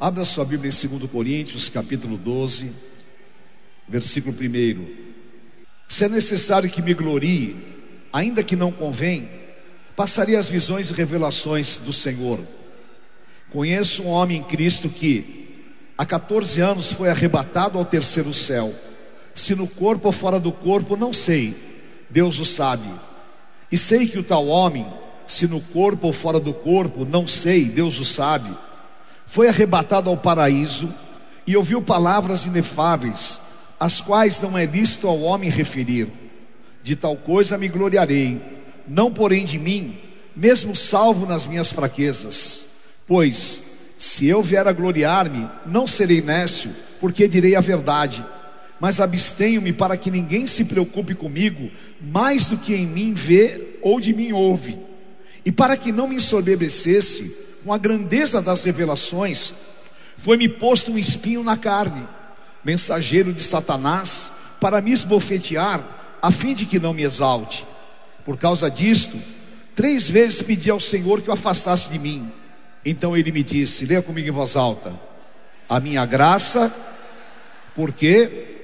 Abra sua Bíblia em 2 Coríntios, capítulo 12, versículo 1. Se é necessário que me glorie, ainda que não convém, passarei as visões e revelações do Senhor. Conheço um homem em Cristo que há 14 anos foi arrebatado ao terceiro céu. Se no corpo ou fora do corpo, não sei, Deus o sabe. E sei que o tal homem, se no corpo ou fora do corpo, não sei, Deus o sabe, foi arrebatado ao paraíso e ouviu palavras inefáveis, as quais não é lícito ao homem referir. De tal coisa me gloriarei, não porém de mim, mesmo salvo nas minhas fraquezas. Pois, se eu vier a gloriar-me, não serei nécio, porque direi a verdade. Mas abstenho-me para que ninguém se preocupe comigo, mais do que em mim vê ou de mim ouve. E para que não me ensoberbecesse com a grandeza das revelações, foi-me posto um espinho na carne, mensageiro de Satanás, para me esbofetear, a fim de que não me exalte. Por causa disto, 3 vezes pedi ao Senhor que o afastasse de mim. Então ele me disse, leia comigo em voz alta: a minha graça, porque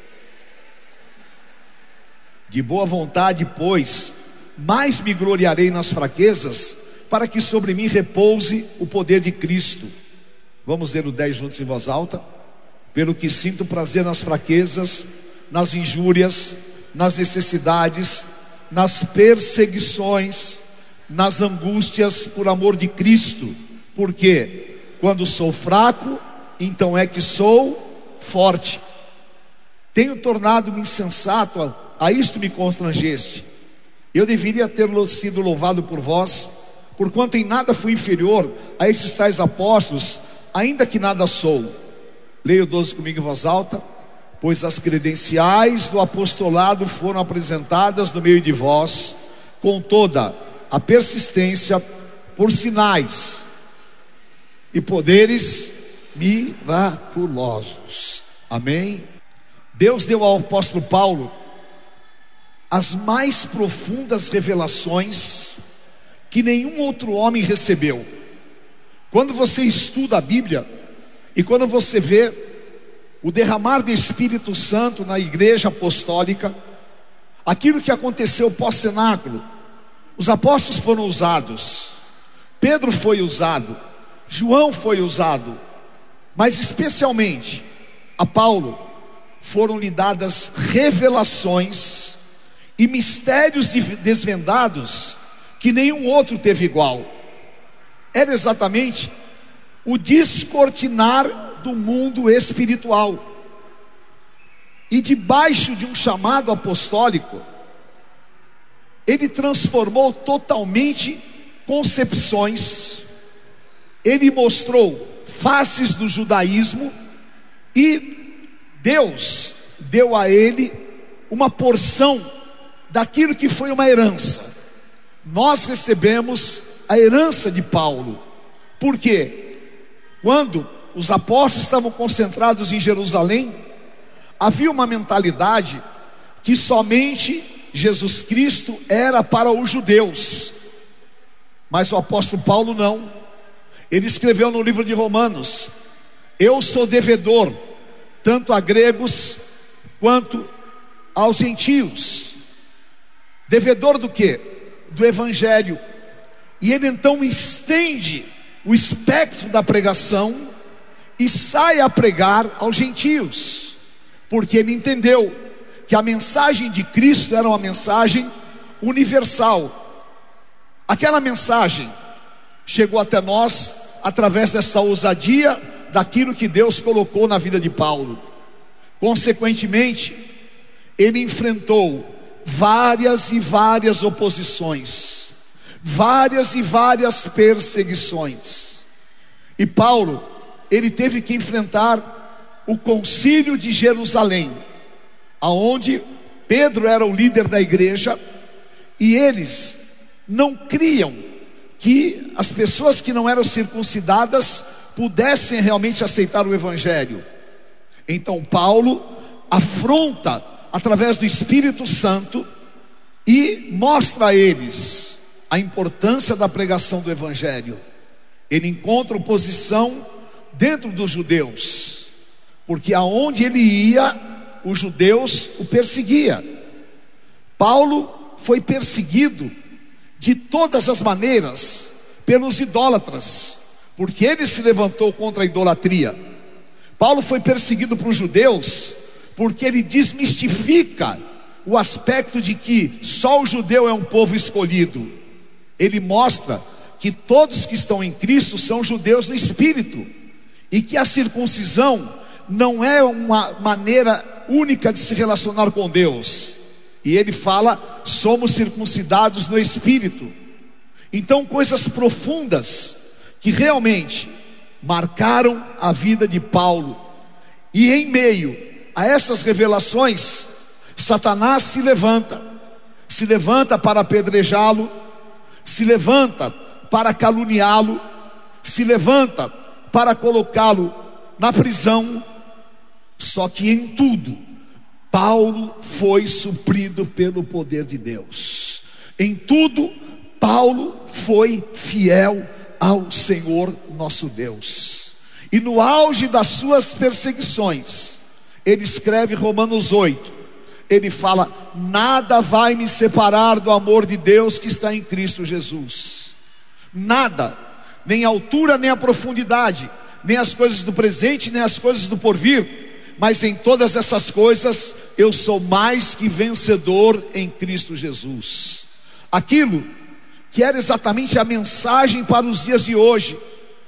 de boa vontade, pois, mais me gloriarei nas fraquezas, para que sobre mim repouse o poder de Cristo. Vamos ler o 10 juntos em voz alta. Pelo que sinto prazer nas fraquezas, nas injúrias, nas necessidades, nas perseguições, nas angústias por amor de Cristo. Porque quando sou fraco, então é que sou forte. Tenho tornado-me insensato, a isto me constrangeste. Eu deveria ter sido louvado por vós, porquanto em nada fui inferior a esses tais apóstolos, ainda que nada sou. Leia o 12 comigo em voz alta. Pois as credenciais do apostolado foram apresentadas no meio de vós, com toda a persistência, por sinais e poderes miraculosos. Amém? Deus deu ao apóstolo Paulo as mais profundas revelações que nenhum outro homem recebeu. Quando você estuda a Bíblia e quando você vê o derramar do Espírito Santo na igreja apostólica, aquilo que aconteceu pós-cenáculo, os apóstolos foram usados, Pedro foi usado, João foi usado, mas especialmente a Paulo foram lhe dadas revelações e mistérios desvendados que nenhum outro teve igual. Era exatamente o descortinar do mundo espiritual. E debaixo de um chamado apostólico, ele transformou totalmente concepções, ele mostrou faces do judaísmo, e Deus deu a ele uma porção daquilo que foi uma herança. Nós recebemos a herança de Paulo. Por quê? Quando os apóstolos estavam concentrados em Jerusalém, havia uma mentalidade que somente Jesus Cristo era para os judeus. Mas o apóstolo Paulo não. Ele escreveu no livro de Romanos: eu sou devedor tanto a gregos quanto aos gentios. Devedor do quê? Do evangelho. E ele então estende o espectro da pregação e sai a pregar aos gentios, porque ele entendeu que a mensagem de Cristo era uma mensagem universal. Aquela mensagem chegou até nós através dessa ousadia daquilo que Deus colocou na vida de Paulo. Consequentemente, ele enfrentou várias e várias oposições, várias e várias perseguições. E Paulo, ele teve que enfrentar o concílio de Jerusalém, aonde Pedro era o líder da igreja, e eles não criam que as pessoas que não eram circuncidadas pudessem realmente aceitar o evangelho. Então Paulo afronta através do Espírito Santo e mostra a eles a importância da pregação do evangelho. Ele encontra oposição dentro dos judeus, porque aonde ele ia, os judeus o perseguiam. Paulo foi perseguido de todas as maneiras pelos idólatras, porque ele se levantou contra a idolatria. Paulo foi perseguido por judeus porque ele desmistifica o aspecto de que só o judeu é um povo escolhido. Ele mostra que todos que estão em Cristo são judeus no espírito, e que a circuncisão não é uma maneira única de se relacionar com Deus. E ele fala: somos circuncidados no espírito. Então, coisas profundas que realmente marcaram a vida de Paulo. E em meio a essas revelações, Satanás se levanta para apedrejá-lo, se levanta para caluniá-lo, se levanta para colocá-lo na prisão. Só que em tudo, Paulo foi suprido pelo poder de Deus. Em tudo, Paulo foi fiel ao Senhor nosso Deus. E no auge das suas perseguições, ele escreve Romanos 8. Ele fala: nada vai me separar do amor de Deus que está em Cristo Jesus. Nada, nem a altura, nem a profundidade, nem as coisas do presente, nem as coisas do porvir. Mas em todas essas coisas eu sou mais que vencedor em Cristo Jesus. Aquilo que era exatamente a mensagem para os dias de hoje,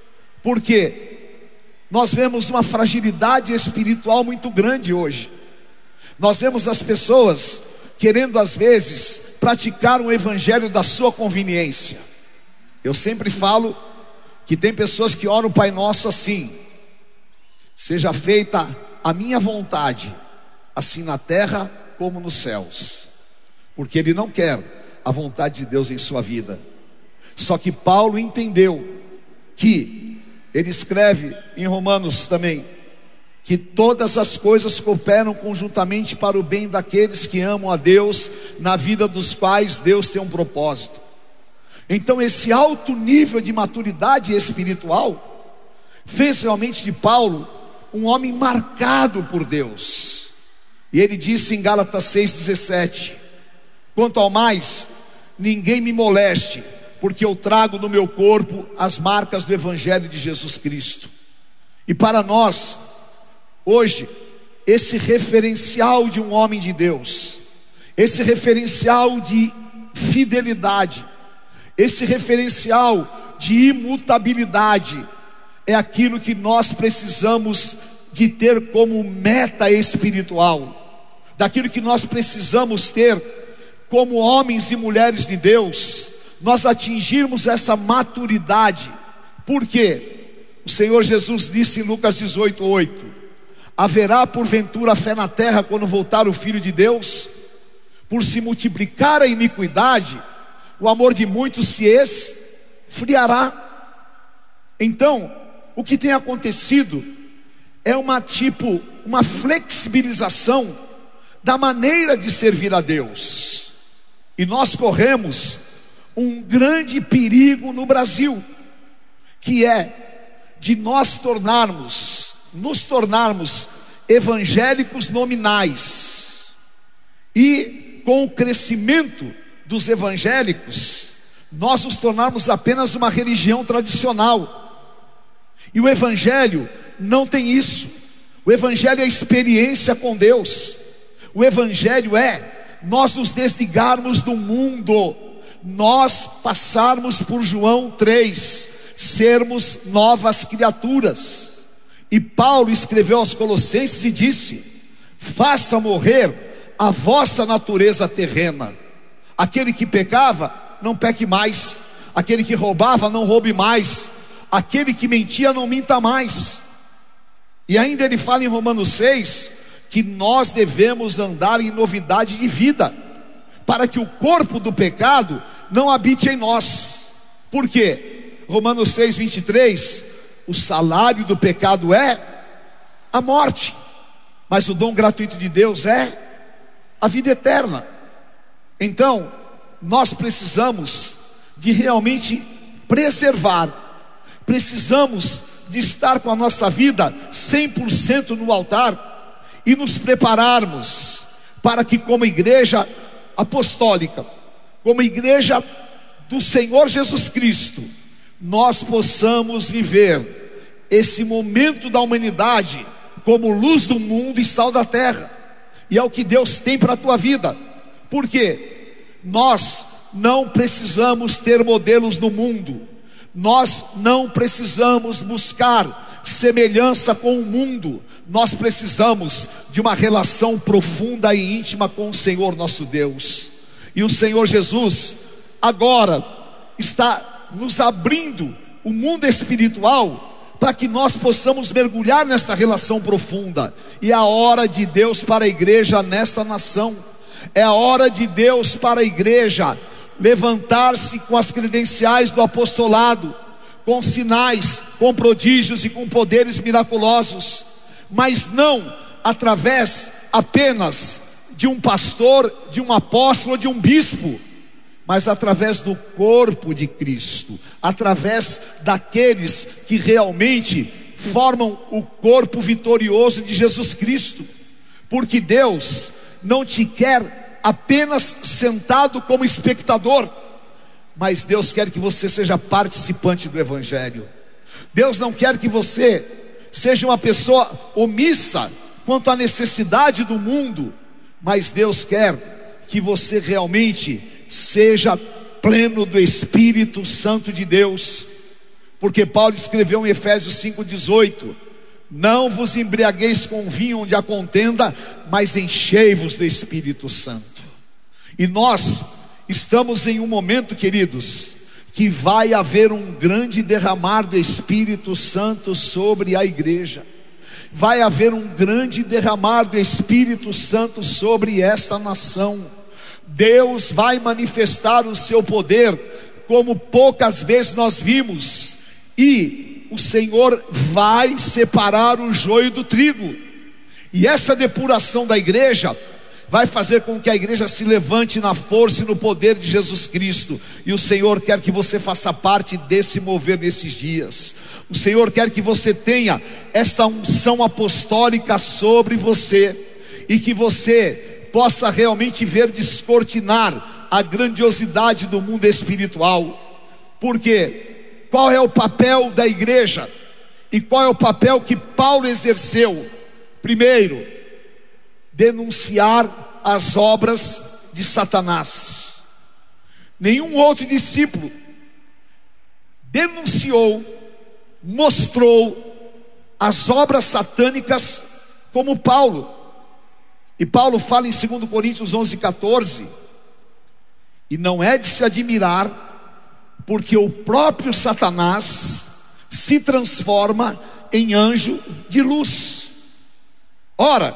porque nós vemos uma fragilidade espiritual muito grande hoje. Nós vemos as pessoas querendo às vezes praticar um evangelho da sua conveniência. Eu sempre falo que tem pessoas que oram o Pai Nosso assim: seja feita a minha vontade, assim na terra como nos céus. Porque ele não quer a vontade de Deus em sua vida. Só que Paulo entendeu que, ele escreve em Romanos também, que todas as coisas cooperam conjuntamente para o bem daqueles que amam a Deus, na vida dos quais Deus tem um propósito. Então esse alto nível de maturidade espiritual fez realmente de Paulo um homem marcado por Deus. E ele disse em Gálatas 6,17: quanto ao mais, ninguém me moleste, porque eu trago no meu corpo as marcas do Evangelho de Jesus Cristo. E para nós, hoje, esse referencial de um homem de Deus, esse referencial de fidelidade, esse referencial de imutabilidade, é aquilo que nós precisamos de ter como meta espiritual, daquilo que nós precisamos ter como homens e mulheres de Deus, nós atingirmos essa maturidade. Por quê? O Senhor Jesus disse em Lucas 18:8: haverá porventura fé na terra quando voltar o Filho de Deus? Por se multiplicar a iniquidade, o amor de muitos se esfriará. Então, o que tem acontecido é uma flexibilização da maneira de servir a Deus. E nós corremos um grande perigo no Brasil, que é de nos tornarmos evangélicos nominais. E com o crescimento dos evangélicos, nós nos tornarmos apenas uma religião tradicional. E o evangelho não tem isso. O evangelho é experiência com Deus. O evangelho é nós nos desligarmos do mundo, nós passarmos por João 3, sermos novas criaturas. E Paulo escreveu aos Colossenses e disse: faça morrer a vossa natureza terrena. Aquele que pecava, não peque mais. Aquele que roubava, não roube mais. Aquele que mentia, não minta mais. E ainda ele fala em Romanos 6 que nós devemos andar em novidade de vida, para que o corpo do pecado não habite em nós. Por quê? Romanos 6:23: o salário do pecado é a morte, mas o dom gratuito de Deus é a vida eterna. Então, nós precisamos de realmente preservar, precisamos de estar com a nossa vida 100% no altar e nos prepararmos para que, como igreja apostólica, como igreja do Senhor Jesus Cristo, nós possamos viver esse momento da humanidade como luz do mundo e sal da terra. E é o que Deus tem para a tua vida. Por quê? Nós não precisamos ter modelos no mundo, nós não precisamos buscar semelhança com o mundo, nós precisamos de uma relação profunda e íntima com o Senhor nosso Deus. E o Senhor Jesus agora está nos abrindo o mundo espiritual para que nós possamos mergulhar nesta relação profunda. E é a hora de Deus para a igreja nesta nação, é a hora de Deus para a igreja levantar-se com as credenciais do apostolado, com sinais, com prodígios e com poderes miraculosos, mas não através apenas de um pastor, de um apóstolo, de um bispo, mas através do corpo de Cristo, através daqueles que realmente formam o corpo vitorioso de Jesus Cristo. Porque Deus não te quer apenas sentado como espectador, mas Deus quer que você seja participante do Evangelho. Deus não quer que você seja uma pessoa omissa quanto à necessidade do mundo, mas Deus quer que você realmente seja pleno do Espírito Santo de Deus. Porque Paulo escreveu em Efésios 5,18: não vos embriagueis com vinho onde há contenda, mas enchei-vos do Espírito Santo. E nós estamos em um momento, queridos, que vai haver um grande derramar do Espírito Santo sobre a igreja. Vai haver um grande derramar do Espírito Santo sobre esta nação. Deus vai manifestar o seu poder como poucas vezes nós vimos, e o Senhor vai separar o joio do trigo. E essa depuração da igreja vai fazer com que a igreja se levante na força e no poder de Jesus Cristo. E o Senhor quer que você faça parte desse mover nesses dias. O Senhor quer que você tenha esta unção apostólica sobre você, e que você possa realmente ver descortinar a grandiosidade do mundo espiritual. Porque qual é o papel da igreja? E qual é o papel que Paulo exerceu? Primeiro, denunciar as obras de Satanás. Nenhum outro discípulo denunciou, mostrou as obras satânicas como Paulo. E Paulo fala em 2 Coríntios 11,14: e não é de se admirar, porque o próprio Satanás se transforma em anjo de luz. Ora,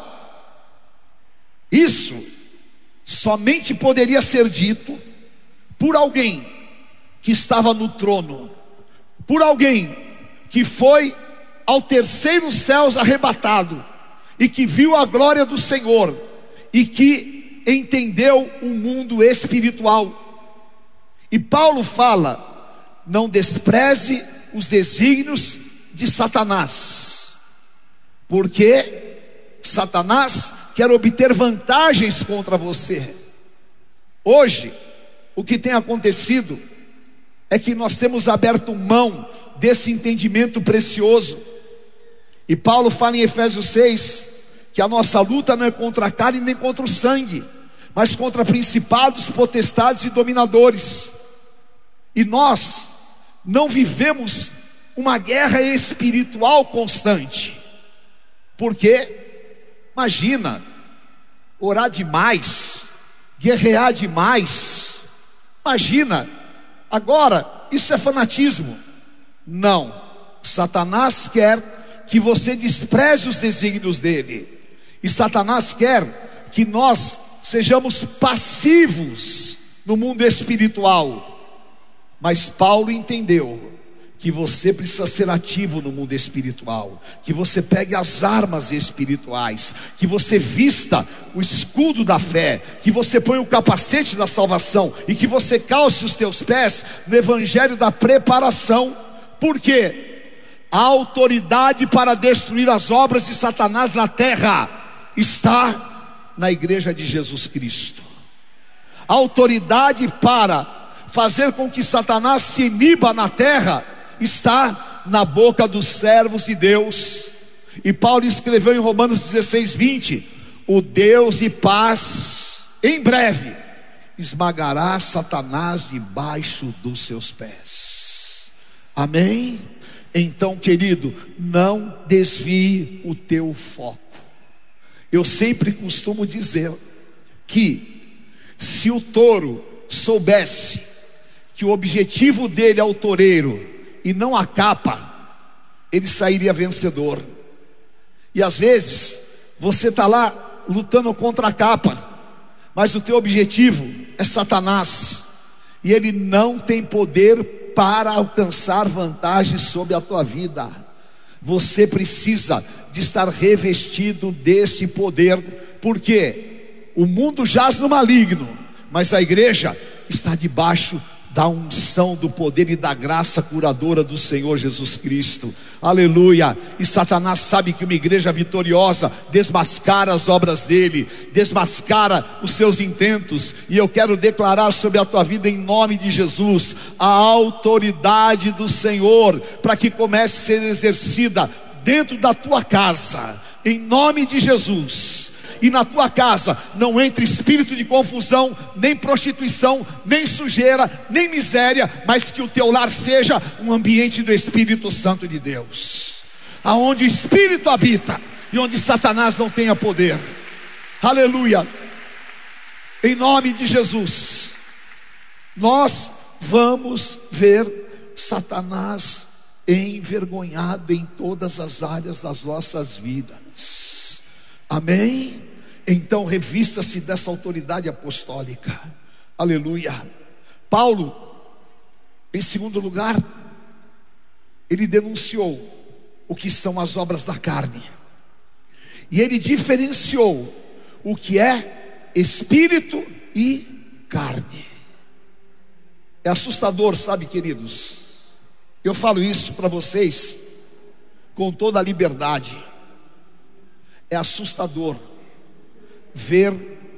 isso somente poderia ser dito por alguém que estava no trono, por alguém que foi ao terceiro céu arrebatado, e que viu a glória do Senhor, e que entendeu o mundo espiritual. E Paulo fala: não despreze os desígnios de Satanás, porque Satanás quer obter vantagens contra você. Hoje, o que tem acontecido é que nós temos aberto mão desse entendimento precioso. E Paulo fala em Efésios 6 que a nossa luta não é contra a carne nem contra o sangue, mas contra principados, potestades e dominadores. E nós não vivemos uma guerra espiritual constante. Porque imagina, orar demais, guerrear demais. Imagina, agora, isso é fanatismo. Não, Satanás quer que você despreze os desígnios dele. E Satanás quer que nós sejamos passivos no mundo espiritual. Mas Paulo entendeu que você precisa ser ativo no mundo espiritual, que você pegue as armas espirituais, que você vista o escudo da fé, que você ponha o capacete da salvação, e que você calce os teus pés no evangelho da preparação. Por quê? A autoridade para destruir as obras de Satanás na terra está na igreja de Jesus Cristo. A autoridade para fazer com que Satanás se iniba na terra está na boca dos servos de Deus. E Paulo escreveu em Romanos 16:20: o Deus de paz em breve esmagará Satanás debaixo dos seus pés. Amém? Então, querido, não desvie o teu foco. Eu sempre costumo dizer que se o touro soubesse que o objetivo dele é o toureiro e não a capa, ele sairia vencedor. E às vezes você está lá lutando contra a capa, mas o teu objetivo é Satanás, e ele não tem poder para alcançar vantagens sobre a tua vida. Você precisa de estar revestido desse poder, porque o mundo jaz no maligno, mas a igreja está debaixo da unção, do poder e da graça curadora do Senhor Jesus Cristo. Aleluia. E Satanás sabe que uma igreja vitoriosa desmascara as obras dele, desmascara os seus intentos. E eu quero declarar sobre a tua vida, em nome de Jesus, a autoridade do Senhor, para que comece a ser exercida dentro da tua casa, em nome de Jesus. E na tua casa não entre espírito de confusão, nem prostituição, nem sujeira, nem miséria, mas que o teu lar seja um ambiente do Espírito Santo de Deus, aonde o Espírito habita e onde Satanás não tenha poder. Aleluia. Em nome de Jesus, nós vamos ver Satanás envergonhado em todas as áreas das nossas vidas. Amém? Então revista-se dessa autoridade apostólica. Aleluia. Paulo, em segundo lugar, ele denunciou o que são as obras da carne, e ele diferenciou o que é espírito e carne. É assustador, sabe, queridos? Eu falo isso para vocês com toda a liberdade. É assustador ver,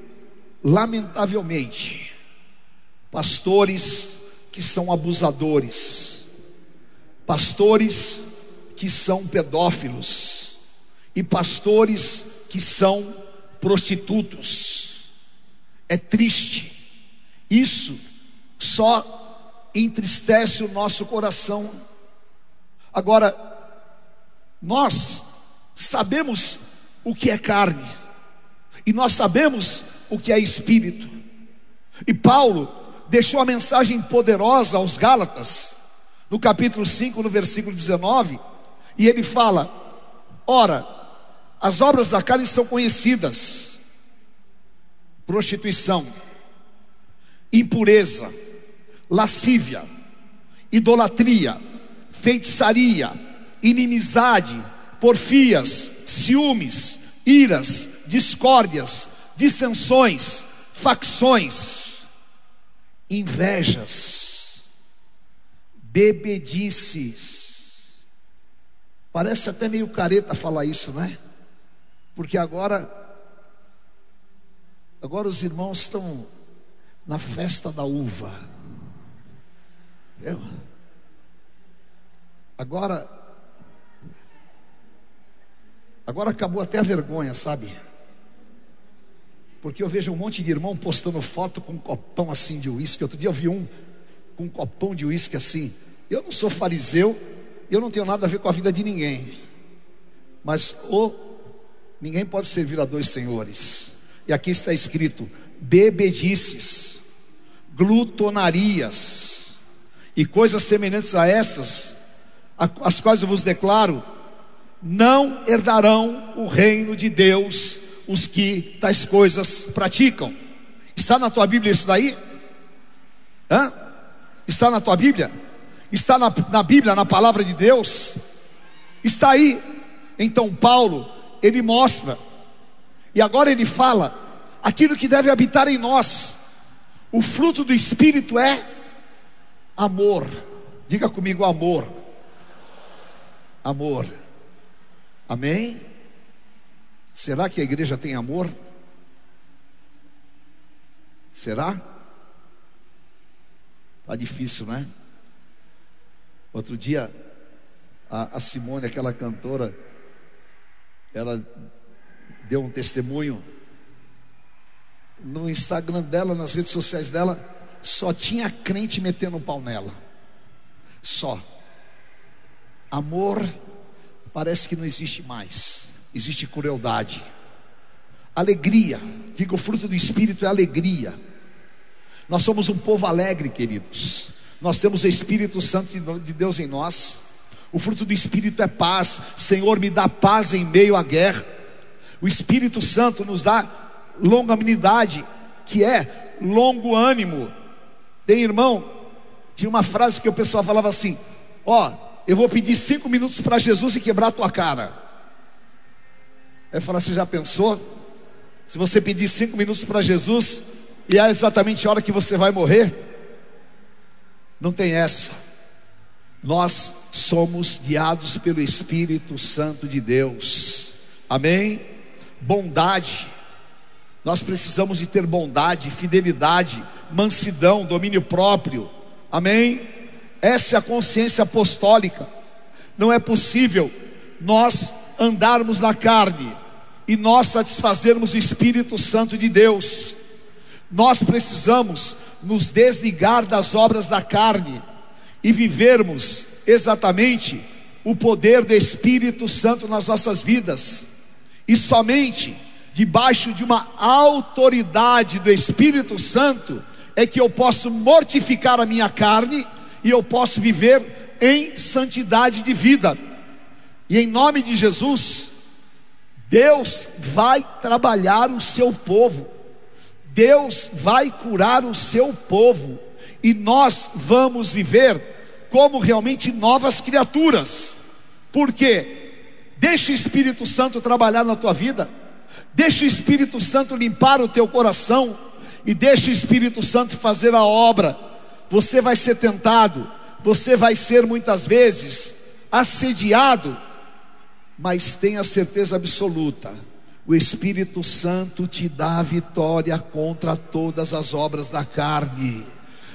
lamentavelmente, pastores que são abusadores, pastores que são pedófilos e pastores que são prostitutos. É triste. Isso só entristece o nosso coração. Agora, nós sabemos o que é carne, e nós sabemos o que é espírito. E Paulo deixou a mensagem poderosa aos Gálatas, no capítulo 5, no versículo 19, e ele fala: ora, as obras da carne são conhecidas: prostituição, impureza, lascívia, idolatria, feitiçaria, inimizade, porfias, ciúmes, iras, discórdias, dissensões, facções, invejas, bebedices. Parece até meio careta falar isso, né? Porque agora os irmãos estão na festa da uva. Agora acabou até a vergonha, sabe? Porque eu vejo um monte de irmão postando foto com um copão assim de uísque. Outro dia eu vi um com um copão de uísque assim. Eu não sou fariseu, eu não tenho nada a ver com a vida de ninguém, mas ninguém pode servir a dois senhores. E aqui está escrito: bebedices, glutonarias e coisas semelhantes a estas, as quais eu vos declaro, não herdarão o reino de Deus os que tais coisas praticam. Está na tua Bíblia isso daí? Está na tua Bíblia? Está na Bíblia, na palavra de Deus? Está aí. Então Paulo, ele mostra, e agora ele fala aquilo que deve habitar em nós. O fruto do Espírito é amor. Diga comigo: amor. amor. Amém? Será que a igreja tem amor? Será? Tá difícil, né? Outro dia a Simone, aquela cantora, ela deu um testemunho no Instagram dela, nas redes sociais dela. Só tinha crente metendo um pau nela. Só. Amor parece que não existe mais. Existe crueldade. Alegria, diga, o fruto do Espírito é alegria. Nós somos um povo alegre, queridos. Nós temos o Espírito Santo de Deus em nós. O fruto do Espírito é paz. Senhor, me dá paz em meio à guerra. O Espírito Santo nos dá longanimidade, que é longo ânimo. Tem irmão, tinha uma frase que o pessoal falava assim: ó, eu vou pedir 5 minutos para Jesus e quebrar a tua cara. Aí fala, você já pensou? Se você pedir 5 minutos para Jesus e é exatamente a hora que você vai morrer? Não tem essa. Nós somos guiados pelo Espírito Santo de Deus. Amém? Bondade. Nós precisamos de ter bondade, fidelidade, mansidão, domínio próprio. Amém? Essa é a consciência apostólica. Não é possível nós andarmos na carne e nós satisfazermos o Espírito Santo de Deus. Nós precisamos nos desligar das obras da carne e vivermos exatamente o poder do Espírito Santo nas nossas vidas. E somente debaixo de uma autoridade do Espírito Santo é que eu posso mortificar a minha carne e eu posso viver em santidade de vida. E em nome de Jesus, Deus vai trabalhar o seu povo. Deus vai curar o seu povo. E nós vamos viver como realmente novas criaturas. Por quê? Deixa o Espírito Santo trabalhar na tua vida. Deixa o Espírito Santo limpar o teu coração. E deixa o Espírito Santo fazer a obra. Você vai ser tentado. Você vai ser muitas vezes assediado. Mas tenha certeza absoluta, o Espírito Santo te dá vitória contra todas as obras da carne.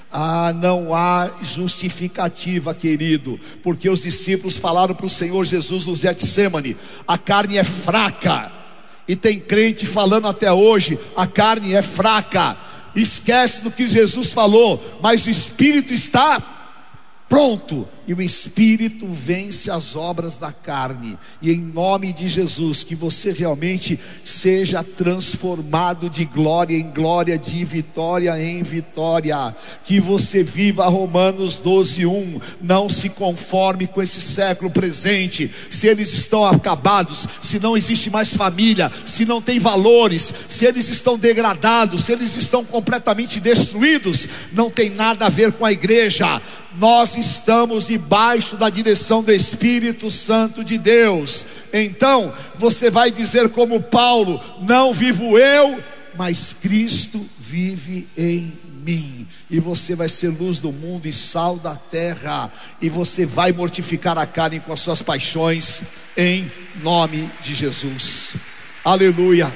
Não há justificativa, querido, porque os discípulos falaram para o Senhor Jesus no Getsêmani: a carne é fraca. E tem crente falando até hoje: a carne é fraca. Esquece do que Jesus falou, mas o Espírito está pronto, e o Espírito vence as obras da carne. E em nome de Jesus, que você realmente seja transformado de glória em glória, de vitória em vitória. Que você viva Romanos 12:1. Não se conforme com esse século presente. Se eles estão acabados, se não existe mais família, se não tem valores, se eles estão degradados, se eles estão completamente destruídos, não tem nada a ver com a igreja. Nós estamos debaixo da direção do Espírito Santo de Deus. Então você vai dizer como Paulo: não vivo eu, mas Cristo vive em mim. E você vai ser luz do mundo e sal da terra. E você vai mortificar a carne com as suas paixões, em nome de Jesus. Aleluia.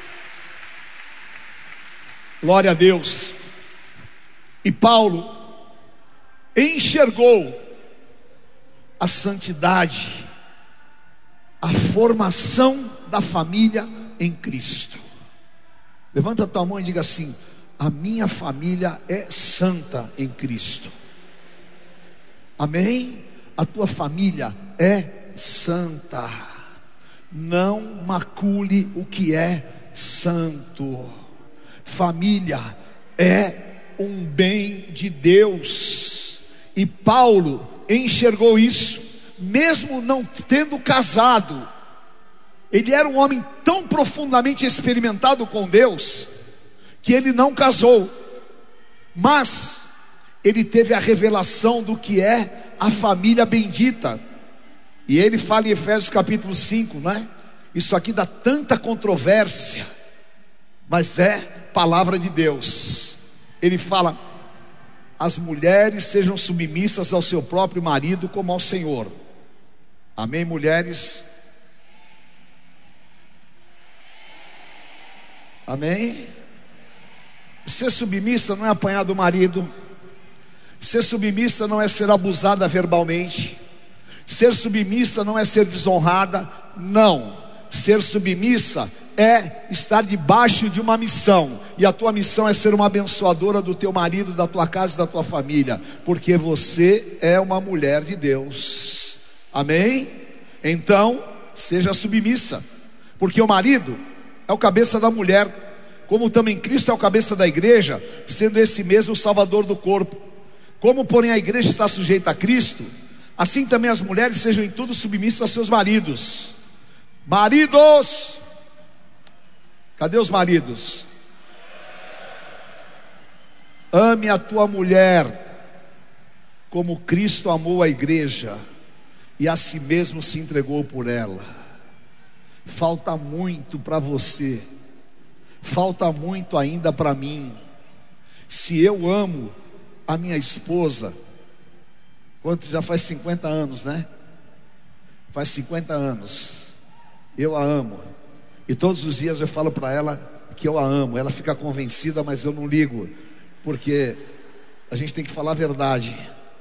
Glória a Deus. E Paulo enxergou a santidade, a formação da família em Cristo. Levanta a tua mão e diga assim: a minha família é santa em Cristo. Amém? A tua família é santa. Não macule o que é santo. Família é um bem de Deus. E Paulo enxergou isso, mesmo não tendo casado. Ele era um homem tão profundamente experimentado com Deus, que ele não casou. Mas ele teve a revelação do que é a família bendita. E ele fala em Efésios capítulo 5, não é? Isso aqui dá tanta controvérsia, mas é palavra de Deus. Ele fala: as mulheres sejam submissas ao seu próprio marido como ao Senhor. Amém, mulheres? Amém? Ser submissa não é apanhar do marido. Ser submissa não é ser abusada verbalmente. Ser submissa não é ser desonrada. Não. Ser submissa é estar debaixo de uma missão. E a tua missão é ser uma abençoadora do teu marido, da tua casa e da tua família. Porque você é uma mulher de Deus. Amém? Então, seja submissa. Porque o marido é o cabeça da mulher, como também Cristo é o cabeça da igreja, sendo esse mesmo o salvador do corpo. Como porém a igreja está sujeita a Cristo, assim também as mulheres sejam em tudo submissas a seus maridos. Maridos, cadê os maridos? Ame a tua mulher como Cristo amou a igreja e a si mesmo se entregou por ela. Falta muito para você, falta muito ainda para mim. Se eu amo a minha esposa, quanto já faz 50 anos, né? Faz 50 anos, eu a amo, e todos os dias eu falo para ela que eu a amo. Ela fica convencida, mas eu não ligo, porque a gente tem que falar a verdade.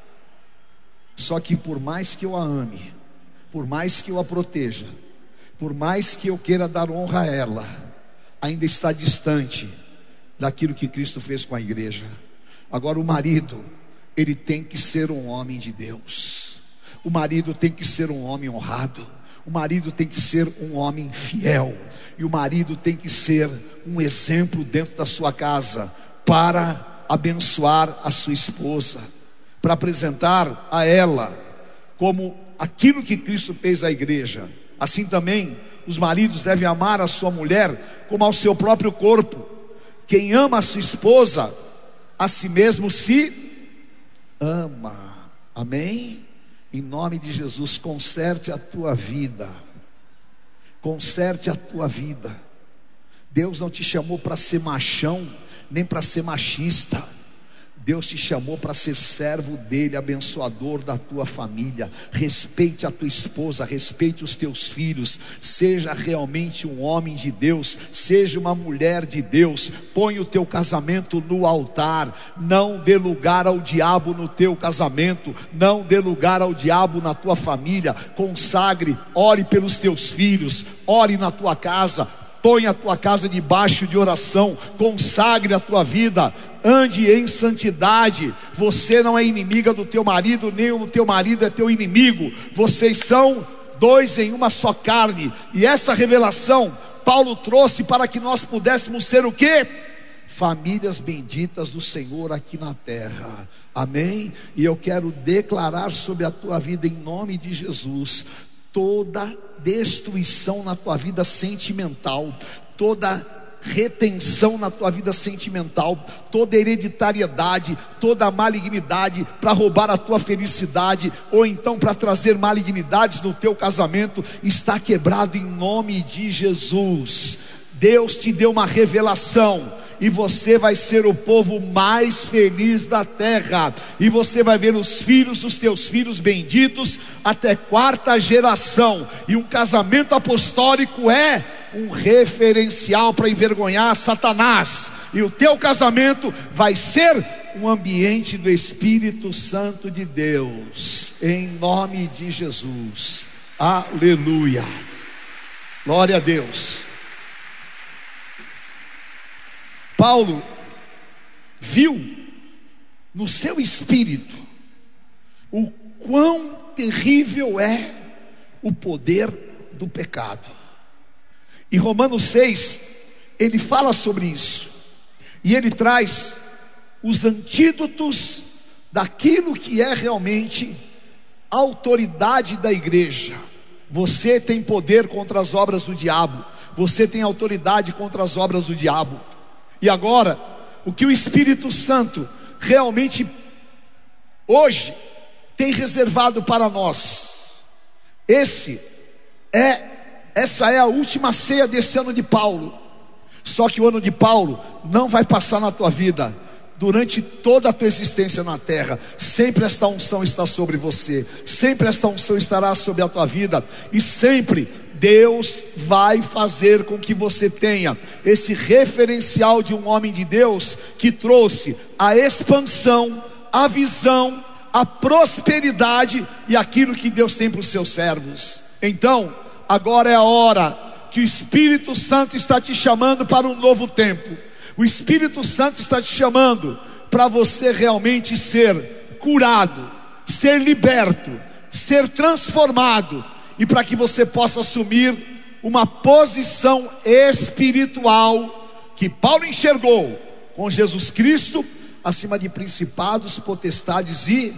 Só que por mais que eu a ame, por mais que eu a proteja, por mais que eu queira dar honra a ela, ainda está distante daquilo que Cristo fez com a igreja. Agora o marido, ele tem que ser um homem de Deus. O marido tem que ser um homem honrado. O marido tem que ser um homem fiel. E o marido tem que ser um exemplo dentro da sua casa, para abençoar a sua esposa, para apresentar a ela como aquilo que Cristo fez à igreja. Assim também os maridos devem amar a sua mulher como ao seu próprio corpo. Quem ama a sua esposa, a si mesmo se ama. Amém? Em nome de Jesus, conserte a tua vida. Conserte a tua vida. Deus não te chamou para ser machão, nem para ser machista. Deus te chamou para ser servo dele, abençoador da tua família. Respeite a tua esposa, respeite os teus filhos. Seja realmente um homem de Deus, seja uma mulher de Deus. Põe o teu casamento no altar. Não dê lugar ao diabo no teu casamento. Não dê lugar ao diabo na tua família. Consagre, ore pelos teus filhos, ore na tua casa. Põe a tua casa debaixo de oração. Consagre a tua vida. Ande em santidade. Você não é inimiga do teu marido, nem o teu marido é teu inimigo. Vocês são dois em uma só carne. E essa revelação Paulo trouxe para que nós pudéssemos ser o quê? Famílias benditas do Senhor aqui na terra. Amém? E eu quero declarar sobre a tua vida, em nome de Jesus, toda destruição na tua vida sentimental, toda retenção na tua vida sentimental, toda hereditariedade, toda malignidade para roubar a tua felicidade, ou então para trazer malignidades no teu casamento, está quebrado em nome de Jesus. Deus te deu uma revelação, e você vai ser o povo mais feliz da terra, e você vai ver os filhos dos teus filhos benditos até 4ª geração. E um casamento apostólico é um referencial para envergonhar Satanás, e o teu casamento vai ser um ambiente do Espírito Santo de Deus, em nome de Jesus. Aleluia, glória a Deus. Paulo viu no seu espírito o quão terrível é o poder do pecado. Em Romanos 6, ele fala sobre isso, e ele traz os antídotos daquilo que é realmente a autoridade da igreja. Você tem poder contra as obras do diabo, você tem autoridade contra as obras do diabo. E agora, o que o Espírito Santo realmente hoje tem reservado para nós, essa é a última ceia desse ano de Paulo. Só que o ano de Paulo não vai passar na tua vida. durante toda a tua existência na terra. Sempre esta unção está sobre você, sempre esta unção estará sobre a tua vida, e sempre Deus vai fazer com que você tenha esse referencial de um homem de Deus que trouxe a expansão, a visão, a prosperidade e aquilo que Deus tem para os seus servos. Então, agora é a hora que o Espírito Santo está te chamando para um novo tempo. O Espírito Santo está te chamando para você realmente ser curado, ser liberto, ser transformado, e para que você possa assumir uma posição espiritual que Paulo enxergou com Jesus Cristo acima de principados, potestades e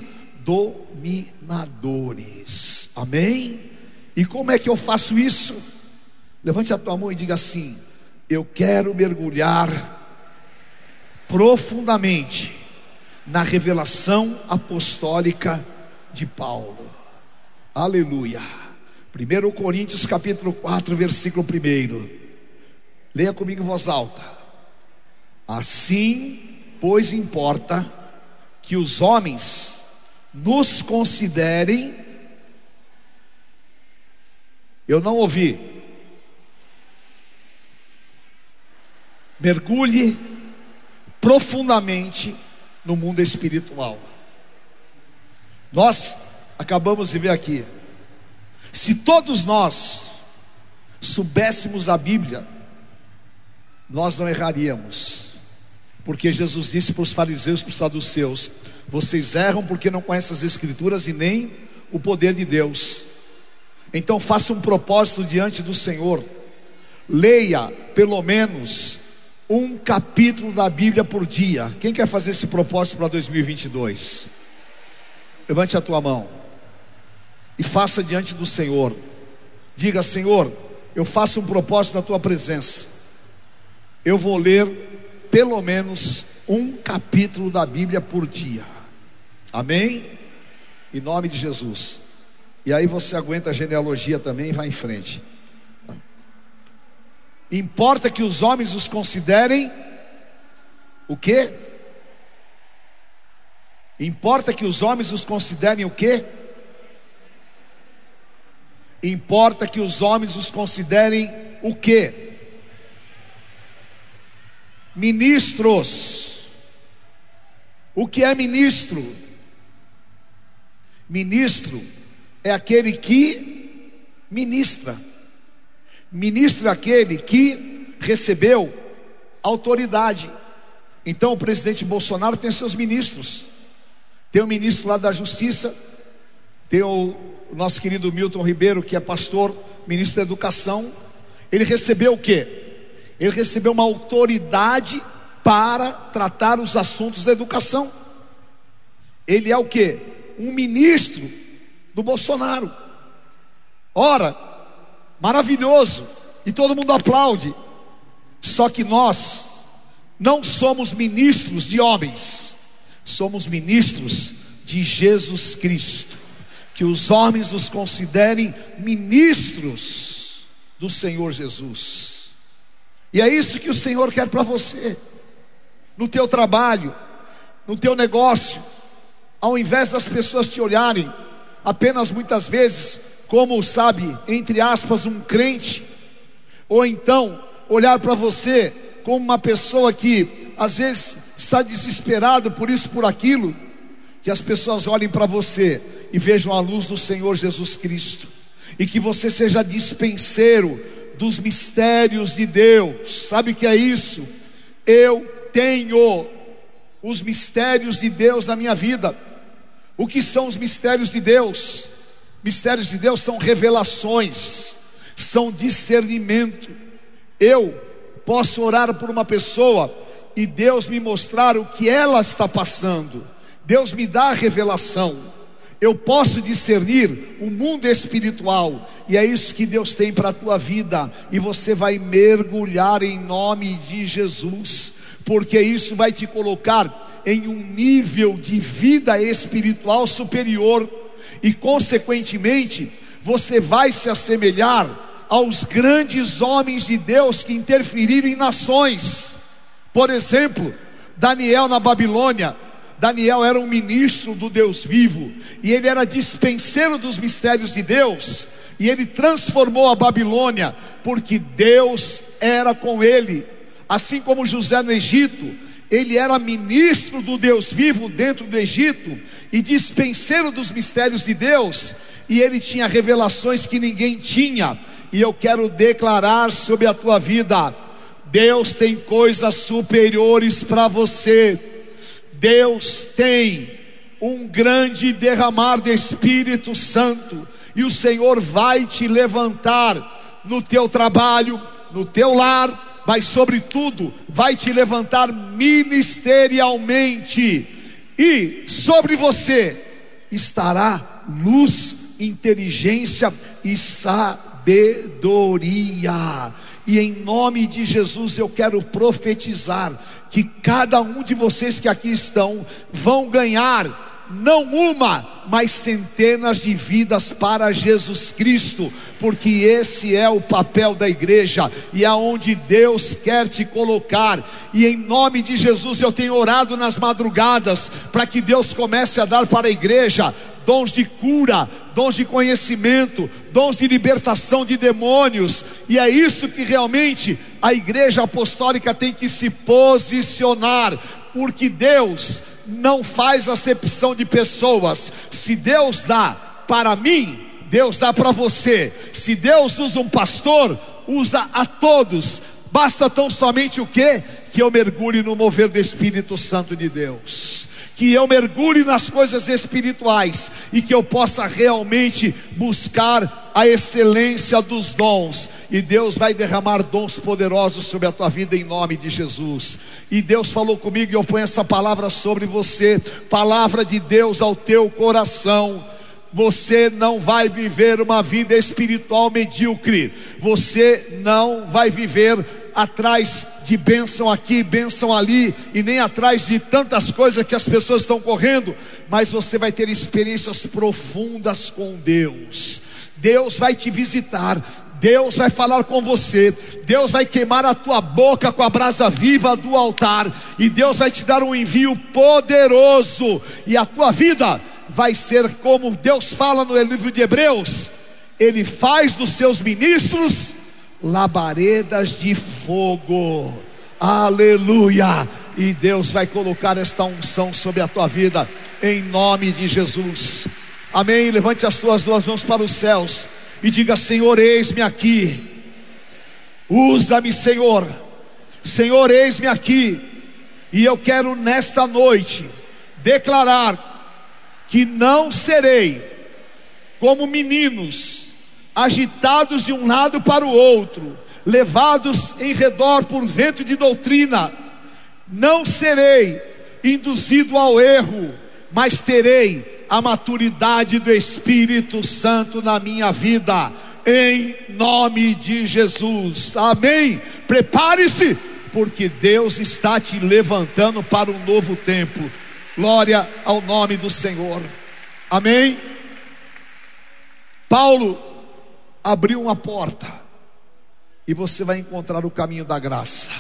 dominadores. Amém? E como é que eu faço isso? Levante a tua mão e diga assim: eu quero mergulhar profundamente na revelação apostólica de Paulo. Aleluia. 1 Coríntios capítulo 4, versículo 1. Leia comigo em voz alta. Assim, pois, importa que os homens nos considerem. Eu não ouvi. Mergulhe profundamente no mundo espiritual. Nós acabamos de ver aqui, se todos nós soubéssemos a Bíblia, nós não erraríamos, porque Jesus disse para os fariseus e para os saduceus: vocês erram porque não conhecem as Escrituras e nem o poder de Deus. Então faça um propósito diante do Senhor, leia pelo menos um capítulo da Bíblia por dia. Quem quer fazer esse propósito para 2022? Levante a tua mão e faça diante do Senhor. Diga: Senhor, eu faço um propósito na tua presença, eu vou ler pelo menos um capítulo da Bíblia por dia. Amém? Em nome de Jesus. E aí você aguenta a genealogia também e vai em frente. Importa que os homens os considerem o quê? Importa que os homens os considerem o quê? Importa que os homens os considerem o quê? Ministros. O que é ministro? Ministro é aquele que ministra. Ministro é aquele que recebeu autoridade. Então o presidente Bolsonaro tem seus ministros. Tem o ministro lá da Justiça, tem o nosso querido Milton Ribeiro, que é pastor, ministro da Educação. Ele recebeu o quê? Ele recebeu uma autoridade para tratar os assuntos da educação. Ele é o quê? Um ministro do Bolsonaro. Ora, maravilhoso, e todo mundo aplaude. Só que nós não somos ministros de homens, somos ministros de Jesus Cristo. Que os homens nos considerem ministros do Senhor Jesus. E é isso que o Senhor quer para você, no teu trabalho, no teu negócio. Ao invés das pessoas te olharem apenas muitas vezes como, sabe, entre aspas, um crente, ou então olhar para você como uma pessoa que às vezes está desesperado por isso, por aquilo, que as pessoas olhem para você e vejam a luz do Senhor Jesus Cristo, e que você seja dispenseiro dos mistérios de Deus. Sabe o que é isso? Eu tenho os mistérios de Deus na minha vida. O que são os mistérios de Deus? Mistérios de Deus são revelações, são discernimento. Eu posso orar por uma pessoa e Deus me mostrar o que ela está passando. Deus me dá a revelação. Eu posso discernir o mundo espiritual, e é isso que Deus tem para a tua vida. E você vai mergulhar em nome de Jesus, porque isso vai te colocar em um nível de vida espiritual superior, e consequentemente você vai se assemelhar aos grandes homens de Deus que interferiram em nações. Por exemplo, Daniel na Babilônia, Daniel era um ministro do Deus vivo, e ele era dispenseiro dos mistérios de Deus, e ele transformou a Babilônia, porque Deus era com ele. Assim como José no Egito, ele era ministro do Deus vivo dentro do Egito, e dispenseiro dos mistérios de Deus, e ele tinha revelações que ninguém tinha. E eu quero declarar sobre a tua vida: Deus tem coisas superiores para você. Deus tem um grande derramar do Espírito Santo, e o Senhor vai te levantar no teu trabalho, no teu lar, mas sobretudo vai te levantar ministerialmente, e sobre você estará luz, inteligência e sabedoria. E em nome de Jesus eu quero profetizar que cada um de vocês que aqui estão vão ganhar não uma, mas centenas de vidas para Jesus Cristo, porque esse é o papel da igreja, e é onde Deus quer te colocar. E em nome de Jesus eu tenho orado nas madrugadas, para que Deus comece a dar para a igreja dons de cura, dons de conhecimento, dons de libertação de demônios. E é isso que realmente a igreja apostólica tem que se posicionar, porque Deus não faz acepção de pessoas. Se Deus dá para mim, Deus dá para você. Se Deus usa um pastor, usa a todos. Basta tão somente o quê? Que eu mergulhe no mover do Espírito Santo de Deus, que eu mergulhe nas coisas espirituais, e que eu possa realmente buscar a excelência dos dons. E Deus vai derramar dons poderosos sobre a tua vida em nome de Jesus. E Deus falou comigo, e eu ponho essa palavra sobre você, palavra de Deus ao teu coração: você não vai viver uma vida espiritual medíocre. Você não vai viver atrás de bênção aqui, bênção ali, e nem atrás de tantas coisas que as pessoas estão correndo, mas você vai ter experiências profundas com Deus. Deus vai te visitar, Deus vai falar com você, Deus vai queimar a tua boca com a brasa viva do altar, e Deus vai te dar um envio poderoso, e a tua vida vai ser como Deus fala no livro de Hebreus: Ele faz dos seus ministros labaredas de fogo. Aleluia! E Deus vai colocar esta unção sobre a tua vida em nome de Jesus. Amém. Levante as tuas duas mãos para os céus e diga: Senhor, eis-me aqui. Usa-me, Senhor. Senhor, eis-me aqui. E eu quero nesta noite declarar que não serei como meninos agitados de um lado para o outro, levados em redor por vento de doutrina. Não serei induzido ao erro, mas terei a maturidade do Espírito Santo na minha vida, em nome de Jesus. Amém. Prepare-se, porque Deus está te levantando para um novo tempo. Glória ao nome do Senhor. Amém. Paulo abriu uma porta, e você vai encontrar o caminho da graça.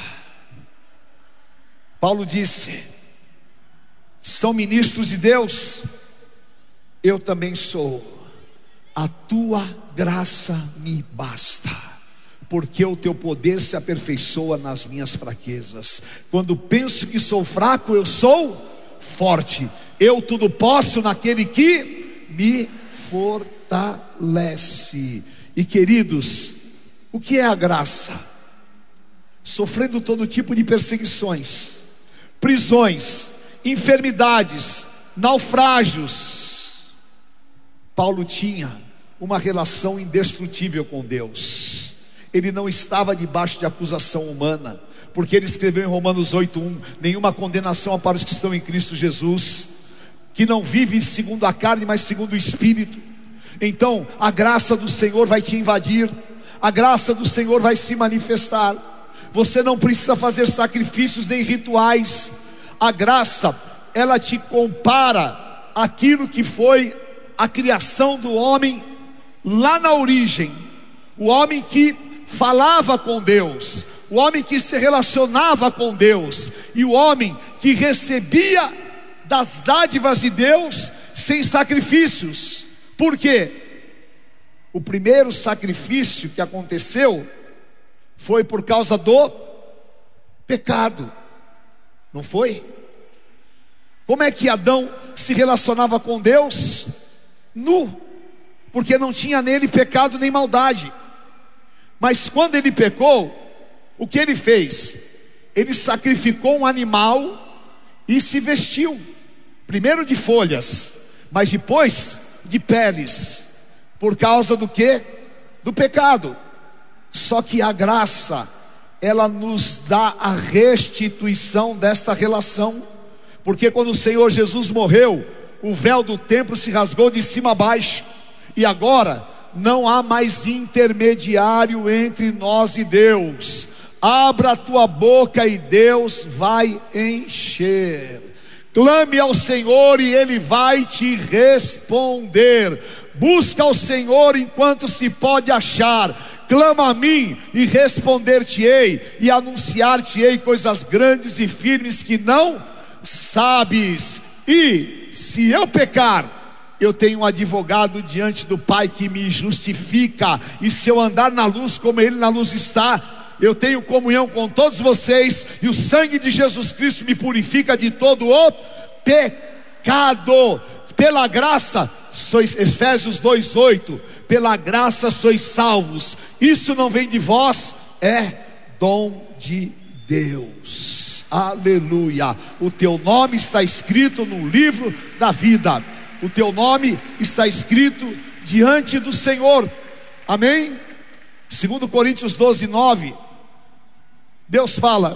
Paulo disse: são ministros de Deus, eu também sou. A tua graça me basta, porque o teu poder se aperfeiçoa nas minhas fraquezas. Quando penso que sou fraco, eu sou forte. Eu tudo posso naquele que me fortalece. E queridos, o que é a graça? Sofrendo todo tipo de perseguições, prisões, enfermidades, naufrágios, Paulo tinha uma relação indestrutível com Deus. Ele não estava debaixo de acusação humana, porque ele escreveu em Romanos 8:1: nenhuma condenação há para os que estão em Cristo Jesus, que não vive segundo a carne, mas segundo o Espírito. Então a graça do Senhor vai te invadir, a graça do Senhor vai se manifestar. Você não precisa fazer sacrifícios nem rituais. A graça, ela te compara aquilo que foi a criação do homem lá na origem. O homem que falava com Deus, o homem que se relacionava com Deus, e o homem que recebia das dádivas de Deus sem sacrifícios. Por quê? O primeiro sacrifício que aconteceu foi por causa do pecado, não foi? Como é que Adão se relacionava com Deus? Nu, porque não tinha nele pecado nem maldade. Mas quando ele pecou, o que ele fez? Ele sacrificou um animal e se vestiu, primeiro de folhas, mas depois de peles. Por causa do quê? Do pecado. Só que a graça, ela nos dá a restituição desta relação. Porque quando o Senhor Jesus morreu, o véu do templo se rasgou de cima a baixo. E agora não há mais intermediário entre nós e Deus. Abra a tua boca e Deus vai encher. Clame ao Senhor e Ele vai te responder. Busca ao Senhor enquanto se pode achar. Clama a mim e responder-te-ei, e anunciar-te-ei coisas grandes e firmes que não sabes. E se eu pecar, eu tenho um advogado diante do Pai que me justifica. E se eu andar na luz como Ele na luz está, eu tenho comunhão com todos vocês, e o sangue de Jesus Cristo me purifica de todo o pecado. Pela graça sois, Efésios 2:8, pela graça sois salvos. Isso não vem de vós, é dom de Deus. Aleluia. O teu nome está escrito no livro da vida. O teu nome está escrito diante do Senhor. Amém? 2 Coríntios 12:9. Deus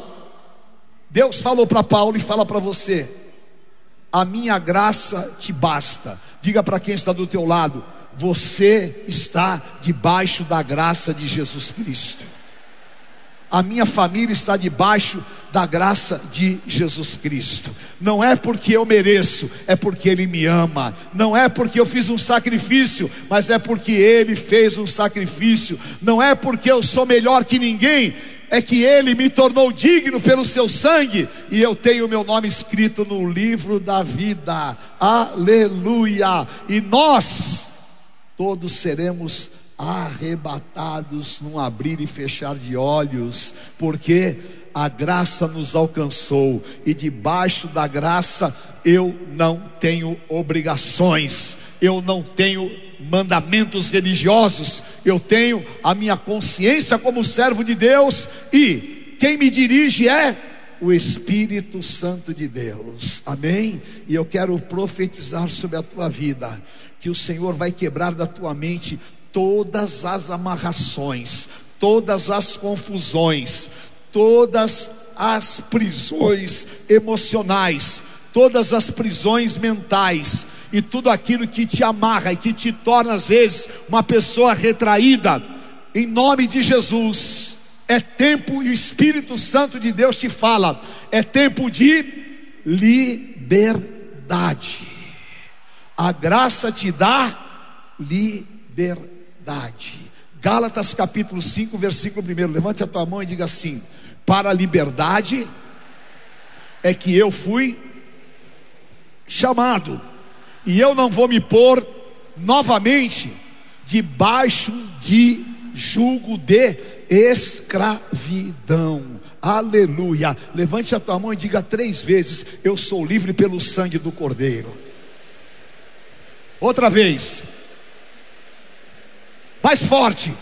falou para Paulo e fala para você: a minha graça te basta. Diga para quem está do teu lado: você está debaixo da graça de Jesus Cristo. A minha família está debaixo da graça de Jesus Cristo. Não é porque eu mereço, é porque Ele me ama. Não é porque eu fiz um sacrifício, mas é porque Ele fez um sacrifício. Não é porque eu sou melhor que ninguém, é que Ele me tornou digno pelo seu sangue, e eu tenho o meu nome escrito no livro da vida. Aleluia. E nós todos seremos arrebatados num abrir e fechar de olhos, porque a graça nos alcançou, e debaixo da graça eu não tenho obrigações, eu não tenho mandamentos religiosos, eu tenho a minha consciência como servo de Deus, e quem me dirige é o Espírito Santo de Deus. Amém? E eu quero profetizar sobre a tua vida, que o Senhor vai quebrar da tua mente todas as amarrações, todas as confusões, todas as prisões emocionais, todas as prisões mentais, e tudo aquilo que te amarra e que te torna às vezes uma pessoa retraída. Em nome de Jesus, é tempo, e o Espírito Santo de Deus te fala, é tempo de liberdade. A graça te dá liberdade. Gálatas capítulo 5, versículo 1. Levante a tua mão e diga assim: para a liberdade é que eu fui chamado, e eu não vou me pôr novamente debaixo de jugo de escravidão. Aleluia. Levante a tua mão e diga 3 vezes: eu sou livre pelo sangue do Cordeiro. Outra vez, mais forte: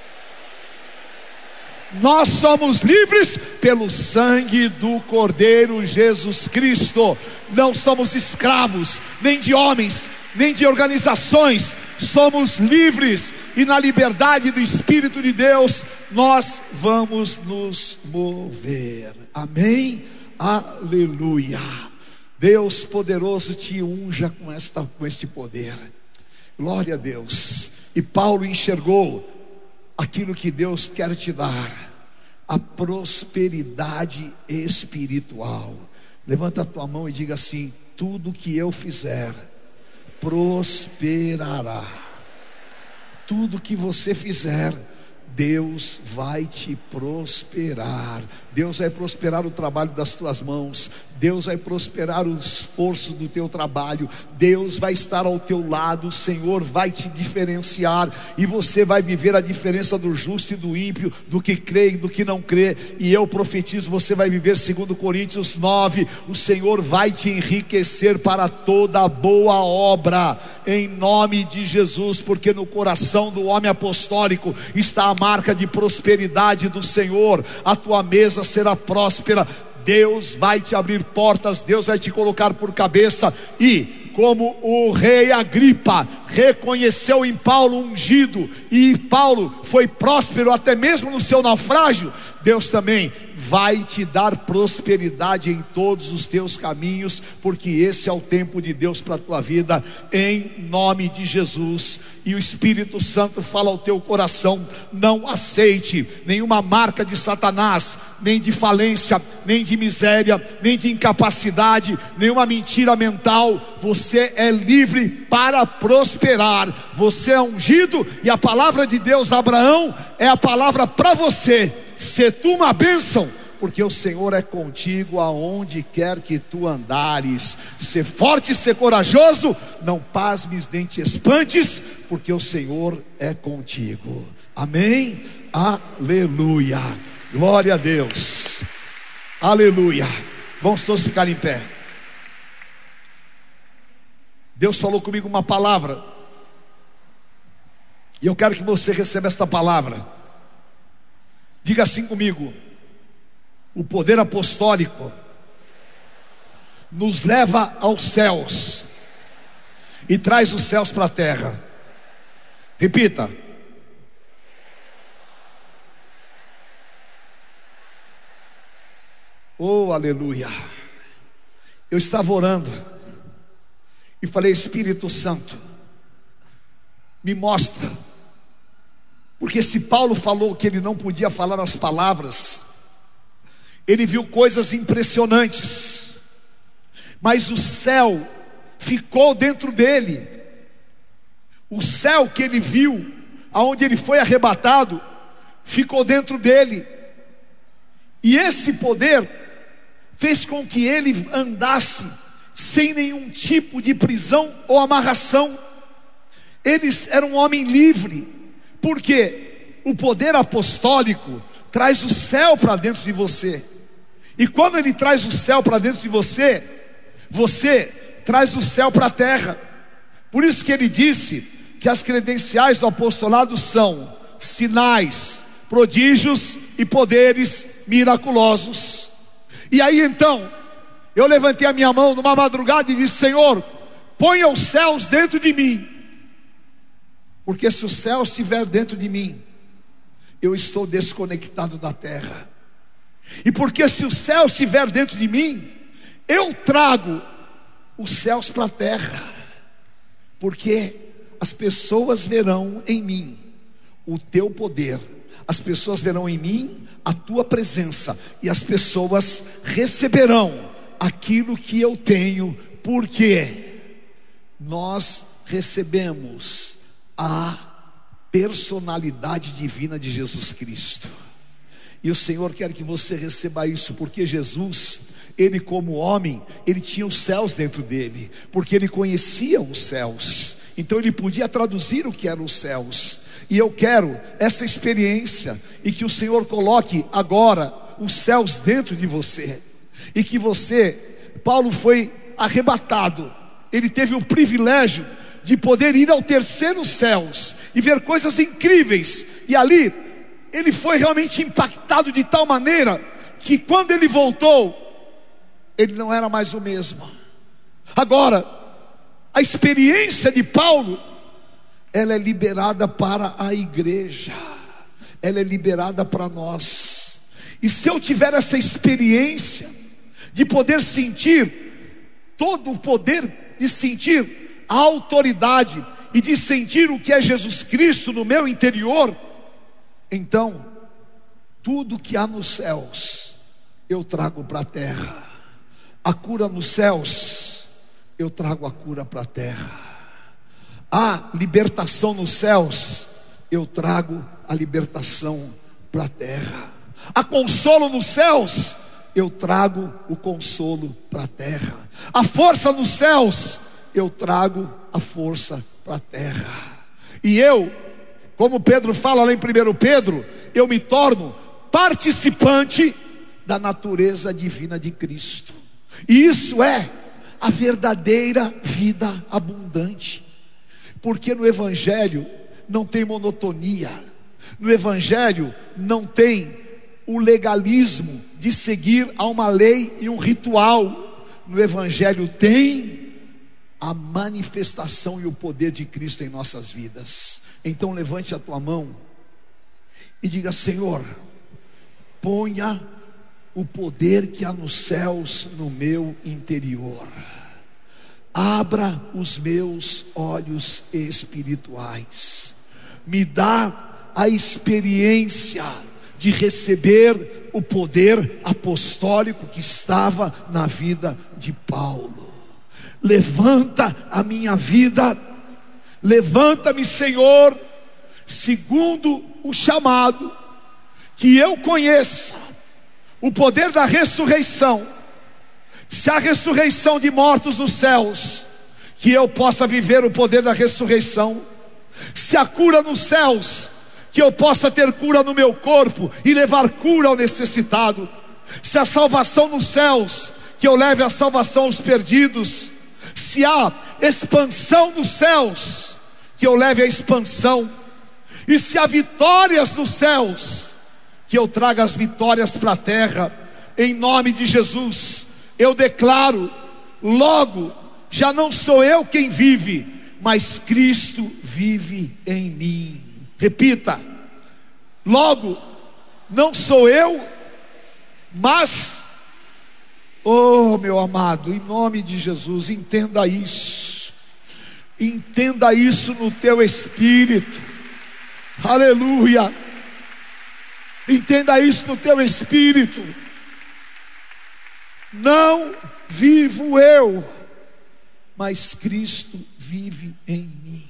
nós somos livres pelo sangue do Cordeiro Jesus Cristo. Não somos escravos, nem de homens, nem de organizações. Somos livres, e na liberdade do Espírito de Deus nós vamos nos mover. Amém? Aleluia. Deus poderoso te unja com este poder. Glória a Deus. E Paulo enxergou aquilo que Deus quer te dar: a prosperidade espiritual. Levanta a tua mão e diga assim: tudo que eu fizer prosperará. Tudo que você fizer, Deus vai te prosperar. Deus vai prosperar o trabalho das tuas mãos. Deus vai prosperar o esforço do teu trabalho. Deus vai estar ao teu lado. O Senhor vai te diferenciar, e você vai viver a diferença do justo e do ímpio, do que crê e do que não crê. E eu profetizo, você vai viver segundo Coríntios 9. O Senhor vai te enriquecer para toda boa obra, em nome de Jesus, porque no coração do homem apostólico está a marca de prosperidade do Senhor. A tua mesa será próspera. Deus vai te abrir portas, Deus vai te colocar por cabeça. E como o rei Agripa reconheceu em Paulo ungido, e Paulo foi próspero até mesmo no seu naufrágio, Deus também vai te dar prosperidade em todos os teus caminhos, porque esse é o tempo de Deus para a tua vida, em nome de Jesus. E o Espírito Santo fala ao teu coração: não aceite nenhuma marca de Satanás, nem de falência, nem de miséria, nem de incapacidade, nenhuma mentira mental. Você é livre para prosperar. Você é ungido, e a palavra de Deus a Abraão é a palavra para você: se tu uma bênção, porque o Senhor é contigo aonde quer que tu andares. Ser forte e ser corajoso, não pasmes nem te espantes, porque o Senhor é contigo. Amém? Aleluia, glória a Deus, aleluia. Vamos todos ficar em pé. Deus falou comigo uma palavra, e eu quero que você receba esta palavra. Diga assim comigo: o poder apostólico nos leva aos céus e traz os céus para a terra. Repita: oh, aleluia. Eu estava orando e falei: Espírito Santo, me mostra. Porque se Paulo falou que ele não podia falar as palavras, ele viu coisas impressionantes, mas o céu ficou dentro dele. O céu que ele viu, aonde ele foi arrebatado, ficou dentro dele. E esse poder fez com que ele andasse sem nenhum tipo de prisão ou amarração. Eles eram um homem livre, porque o poder apostólico traz o céu para dentro de você. E quando ele traz o céu para dentro de você, você traz o céu para a terra. Por isso que ele disse que as credenciais do apostolado são sinais, prodígios e poderes miraculosos. E aí então, eu levantei a minha mão numa madrugada e disse: Senhor, ponha os céus dentro de mim. Porque se o céu estiver dentro de mim, eu estou desconectado da terra. E porque se o céu estiver dentro de mim, eu trago os céus para a terra. Porque as pessoas verão em mim o teu poder, as pessoas verão em mim a tua presença, e as pessoas receberão aquilo que eu tenho, porque nós recebemos a personalidade divina de Jesus Cristo. E o Senhor quer que você receba isso, porque Jesus, ele como homem, ele tinha os céus dentro dele, porque ele conhecia os céus, então ele podia traduzir o que eram os céus. E eu quero essa experiência, e que o Senhor coloque agora os céus dentro de você, e que você, Paulo foi arrebatado, ele teve o privilégio de poder ir ao terceiro céus e ver coisas incríveis, e ali ele foi realmente impactado de tal maneira que quando ele voltou, ele não era mais o mesmo. Agora, a experiência de Paulo, ela é liberada para a igreja, ela é liberada para nós. E se eu tiver essa experiência de poder sentir todo o poder, de sentir a autoridade e de sentir o que é Jesus Cristo no meu interior, então tudo que há nos céus eu trago para a terra. A cura nos céus, eu trago a cura para a terra. A libertação nos céus, eu trago a libertação para a terra. Há consolo nos céus, eu trago o consolo para a terra. Há força nos céus, eu trago a força para a terra. E eu, como Pedro fala lá em 1 Pedro, eu me torno participante da natureza divina de Cristo. E isso é a verdadeira vida abundante. Porque no Evangelho não tem monotonia. No Evangelho não tem o legalismo de seguir a uma lei e um ritual. No Evangelho tem a manifestação e o poder de Cristo em nossas vidas. Então levante a tua mão e diga: Senhor, ponha o poder que há nos céus no meu interior. Abra os meus olhos espirituais. Me dá a experiência de receber o poder apostólico que estava na vida de Paulo. Levanta a minha vida. Levanta-me, Senhor, segundo o chamado, que eu conheça o poder da ressurreição. Se há ressurreição de mortos nos céus, que eu possa viver o poder da ressurreição. Se há cura nos céus, que eu possa ter cura no meu corpo e levar cura ao necessitado. Se há salvação nos céus, que eu leve a salvação aos perdidos. Se há expansão nos céus, que eu leve a expansão. E se há vitórias nos céus, que eu traga as vitórias para a terra. Em nome de Jesus eu declaro: logo, já não sou eu quem vive, mas Cristo vive em mim. Repita: logo, não sou eu, mas, oh meu amado, em nome de Jesus, entenda isso no teu espírito. Aleluia. Entenda isso no teu espírito. Não vivo eu, mas Cristo vive em mim.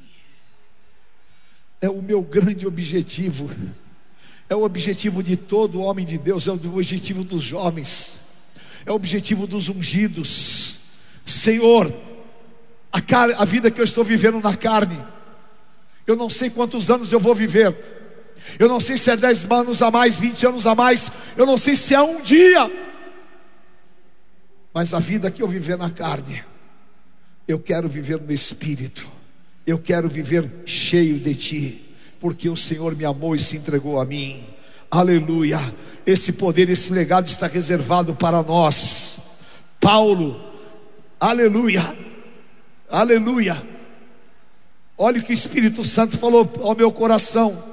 É o meu grande objetivo. É o objetivo de todo homem de Deus. É o objetivo dos jovens. É o objetivo dos ungidos. Senhor, a vida que eu estou vivendo na carne, eu não sei quantos anos eu vou viver. Eu não sei se é 10 anos a mais, 20 anos a mais. Eu não sei se é um dia. Mas a vida que eu viver na carne, eu quero viver no Espírito. Eu quero viver cheio de Ti, porque o Senhor me amou e se entregou a mim. Aleluia. Esse poder, esse legado está reservado para nós. Paulo, aleluia, aleluia. Olha o que o Espírito Santo falou ao meu coração.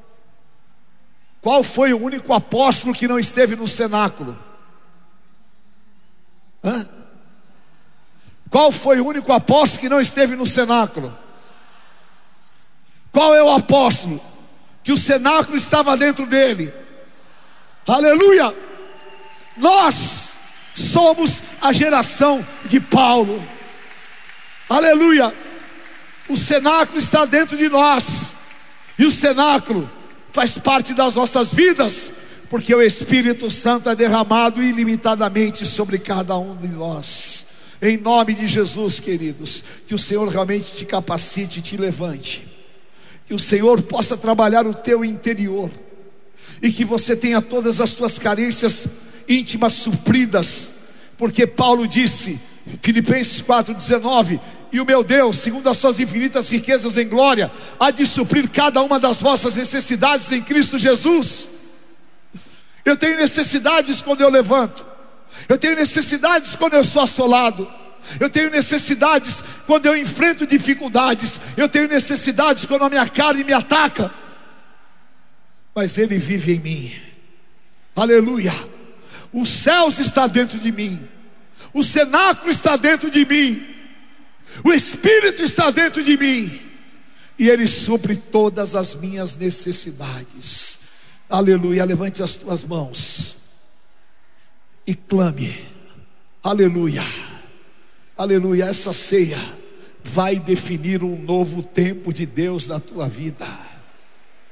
Qual foi o único apóstolo que não esteve no cenáculo? Qual foi o único apóstolo que não esteve no cenáculo? Qual é o apóstolo que o cenáculo estava dentro dele? Aleluia! Nós somos a geração de Paulo. Aleluia! O cenáculo está dentro de nós. E o cenáculo faz parte das nossas vidas, porque o Espírito Santo é derramado ilimitadamente sobre cada um de nós. Em nome de Jesus, queridos, que o Senhor realmente te capacite e te levante. Que o Senhor possa trabalhar o teu interior, e que você tenha todas as tuas carências íntimas supridas, porque Paulo disse, Filipenses 4,19: e o meu Deus, segundo as suas infinitas riquezas em glória, há de suprir cada uma das vossas necessidades em Cristo Jesus. Eu tenho necessidades quando eu levanto, eu tenho necessidades quando eu sou assolado, eu tenho necessidades quando eu enfrento dificuldades, eu tenho necessidades quando a minha carne me ataca, mas Ele vive em mim. Aleluia. Os céus está dentro de mim, o cenáculo está dentro de mim, o Espírito está dentro de mim, e Ele supre todas as minhas necessidades. Aleluia. Levante as tuas mãos e clame. Aleluia. Aleluia. Essa ceia vai definir um novo tempo de Deus na tua vida.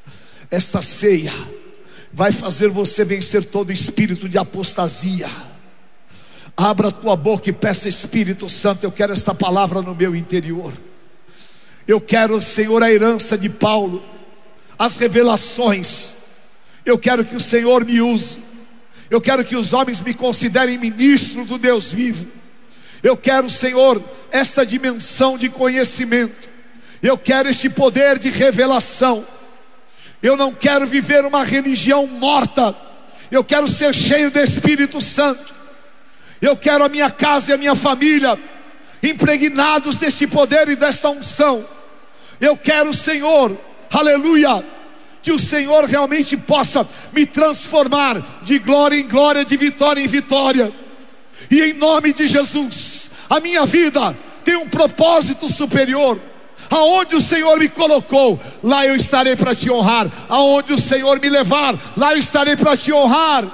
Esta ceia vai fazer você vencer todo espírito de apostasia. Abra a tua boca e peça: Espírito Santo, eu quero esta palavra no meu interior. Eu quero, Senhor, a herança de Paulo, as revelações. Eu quero que o Senhor me use. Eu quero que os homens me considerem ministro do Deus vivo. Eu quero, Senhor, esta dimensão de conhecimento. Eu quero este poder de revelação. Eu não quero viver uma religião morta. Eu quero ser cheio do Espírito Santo. Eu quero a minha casa e a minha família impregnados deste poder e desta unção. Eu quero, Senhor, aleluia, que o Senhor realmente possa me transformar de glória em glória, de vitória em vitória. E em nome de Jesus, a minha vida tem um propósito superior. Aonde o Senhor me colocou, lá eu estarei para te honrar. Aonde o Senhor me levar, lá eu estarei para te honrar.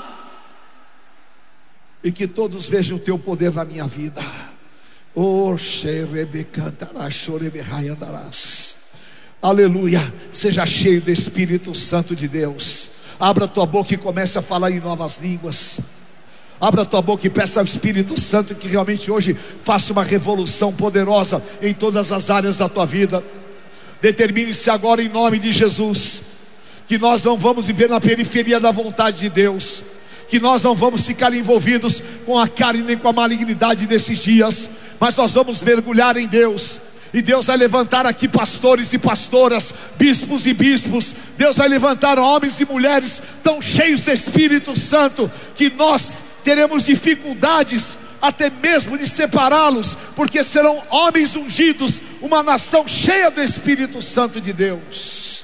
E que todos vejam o teu poder na minha vida. Aleluia. Seja cheio do Espírito Santo de Deus. Abra tua boca e comece a falar em novas línguas. Abra tua boca e peça ao Espírito Santo que realmente hoje faça uma revolução poderosa em todas as áreas da tua vida. Determine-se agora em nome de Jesus que nós não vamos viver na periferia da vontade de Deus, que nós não vamos ficar envolvidos com a carne nem com a malignidade desses dias, mas nós vamos mergulhar em Deus. E Deus vai levantar aqui pastores e pastoras, bispos e bispos. Deus vai levantar homens e mulheres tão cheios do Espírito Santo que nós teremos dificuldades até mesmo de separá-los, porque serão homens ungidos, uma nação cheia do Espírito Santo de Deus.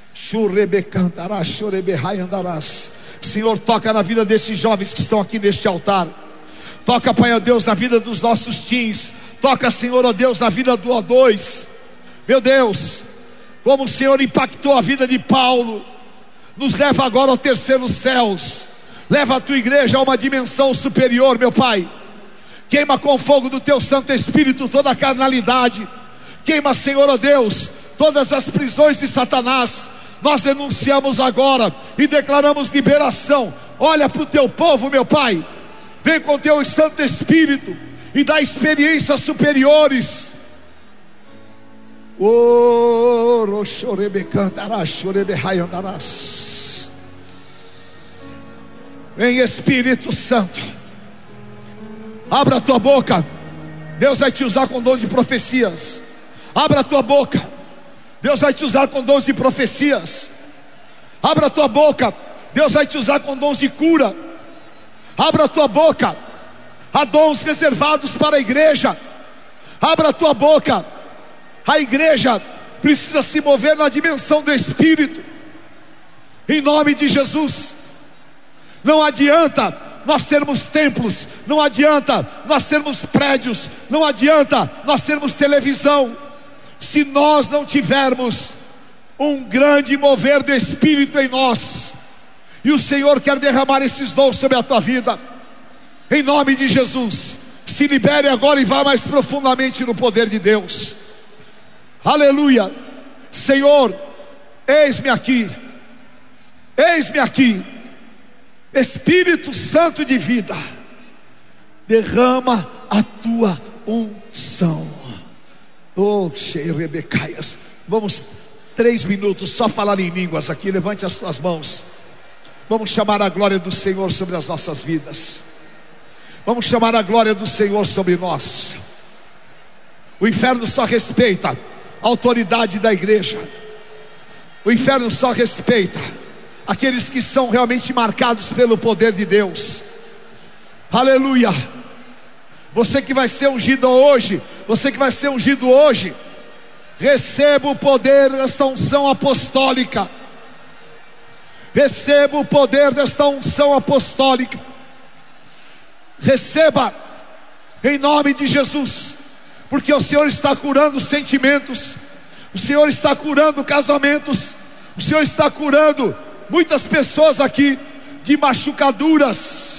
Senhor, toca na vida desses jovens que estão aqui neste altar. Toca, Pai, ó Deus, na vida dos nossos teens. Toca, Senhor, ó Deus, na vida do O2. Meu Deus, como o Senhor impactou a vida de Paulo, nos leva agora ao terceiro céus. Leva a tua igreja a uma dimensão superior, meu Pai. Queima com o fogo do teu Santo Espírito toda a carnalidade. Queima, Senhor, ó Deus, todas as prisões de Satanás. Nós denunciamos agora e declaramos liberação. Olha para o teu povo, meu Pai. Vem com o teu Santo Espírito e dá experiências superiores. Vem, Espírito Santo. Abra a tua boca. Deus vai te usar com dom de profecias. Abra a tua boca. Deus vai te usar com dons de profecias. Abra a tua boca. Deus vai te usar com dons de cura. Abra a tua boca. Há dons reservados para a igreja. Abra a tua boca. A igreja precisa se mover na dimensão do Espírito. Em nome de Jesus. Não adianta nós termos templos, não adianta nós termos prédios, não adianta nós termos televisão, se nós não tivermos um grande mover do Espírito em nós. E o Senhor quer derramar esses dons sobre a tua vida. Em nome de Jesus, se libere agora e vá mais profundamente no poder de Deus. Aleluia. Senhor, eis-me aqui. Eis-me aqui. Espírito Santo de vida, derrama a tua unção. Rebecaias. Vamos 3 minutos só falar em línguas aqui. Levante as tuas mãos. Vamos chamar a glória do Senhor sobre as nossas vidas. Vamos chamar a glória do Senhor sobre nós. O inferno só respeita a autoridade da igreja. O inferno só respeita aqueles que são realmente marcados pelo poder de Deus. Aleluia. Você que vai ser ungido hoje, você que vai ser ungido hoje, receba o poder desta unção apostólica. Receba o poder desta unção apostólica. Receba em nome de Jesus, porque o Senhor está curando sentimentos, o Senhor está curando casamentos, o Senhor está curando muitas pessoas aqui de machucaduras.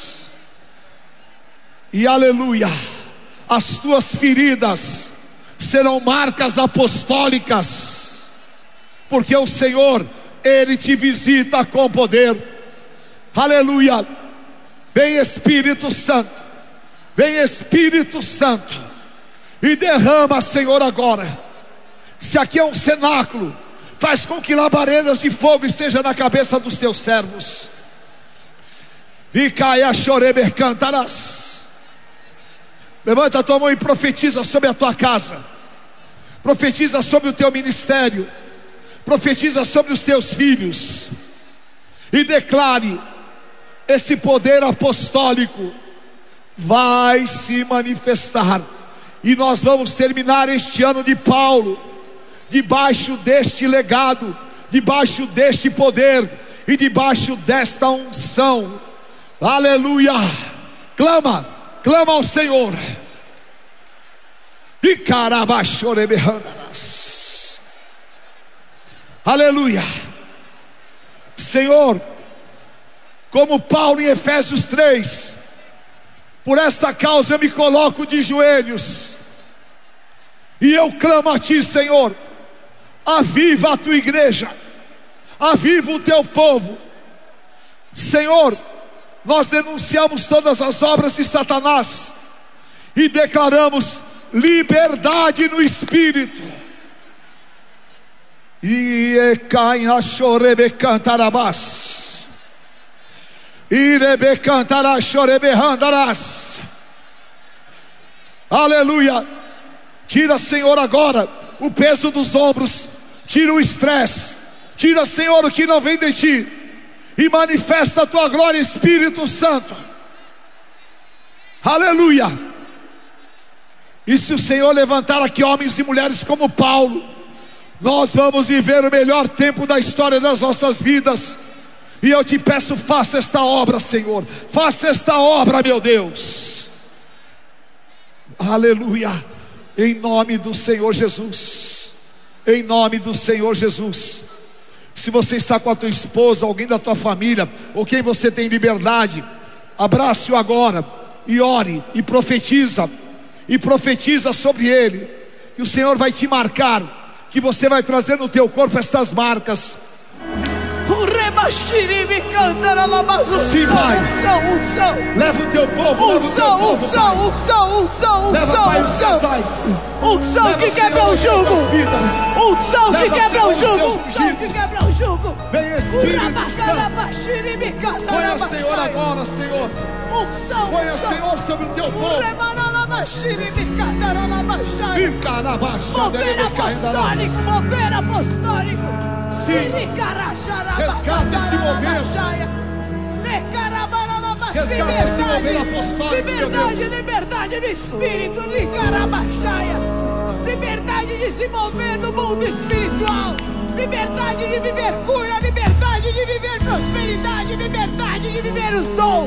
E aleluia, as tuas feridas serão marcas apostólicas, porque o Senhor Ele te visita com poder. Aleluia. Vem Espírito Santo, vem Espírito Santo, e derrama, Senhor, agora. Se aqui é um cenáculo, faz com que labaredas de fogo estejam na cabeça dos teus servos. E caia chorebe cantarás. Levanta a tua mão e profetiza sobre a tua casa, profetiza sobre o teu ministério, profetiza sobre os teus filhos, e declare: esse poder apostólico vai se manifestar. E nós vamos terminar este ano de Paulo debaixo deste legado, debaixo deste poder e debaixo desta unção. Aleluia. Clama, clama ao Senhor. E carabachorebehandarás. Aleluia. Senhor, como Paulo em Efésios 3, por essa causa eu me coloco de joelhos e eu clamo a Ti, Senhor. Aviva a Tua igreja, aviva o Teu povo. Senhor, nós denunciamos todas as obras de Satanás e declaramos liberdade no Espírito. E cai a chorebe cantarabás, irebe cantará chorebe randarás. Aleluia. Tira, Senhor, agora o peso dos ombros, tira o estresse, tira, Senhor, o que não vem de Ti, e manifesta a Tua glória, Espírito Santo. Aleluia. E se o Senhor levantar aqui homens e mulheres como Paulo, nós vamos viver o melhor tempo da história das nossas vidas. E eu te peço, faça esta obra, Senhor, faça esta obra, meu Deus. Aleluia. Em nome do Senhor Jesus, em nome do Senhor Jesus. Se você está com a tua esposa, alguém da tua família, ou quem você tem liberdade, abrace-o agora e ore e profetiza sobre ele. E o Senhor vai te marcar, que você vai trazer no teu corpo estas marcas. Sim, Pai. Leva o teu povo, unção que quebra o jugo, unção que quebra o jugo, vem Espírito Santo. Põe, Senhor, agora, Senhor. Põe, Senhor, sobre o teu povo. Mover apostólico. Sim. Resgata esse mover. Resgata esse mover apostólico. Liberdade no Espírito. Liberdade de se mover no mundo espiritual. Liberdade de viver cura. Liberdade de viver prosperidade. Liberdade de viver os dons.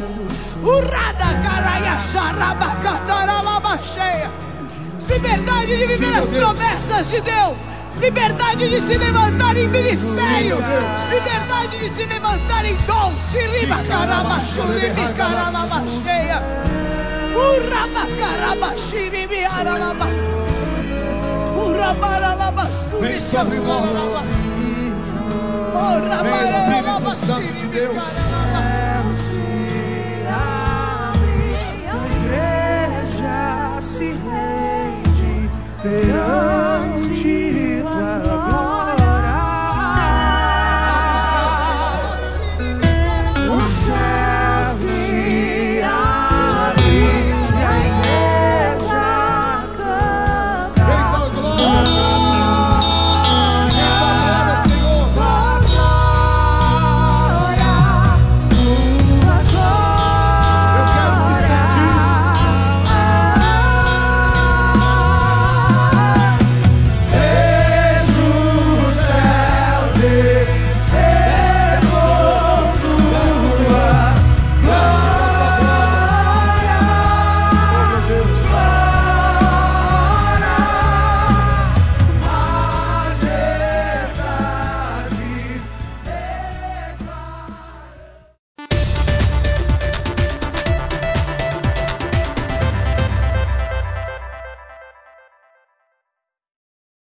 Liberdade de viver as promessas de Deus. Liberdade de se levantar em ministério. Liberdade de se levantar em dons. Shiriba caraba shuribi caralaba cheia. Uraba caraba shiribi aralaba. Uramaralaba Vem sobre nós. Uramaralaba Vem Espírito Santo de Deus.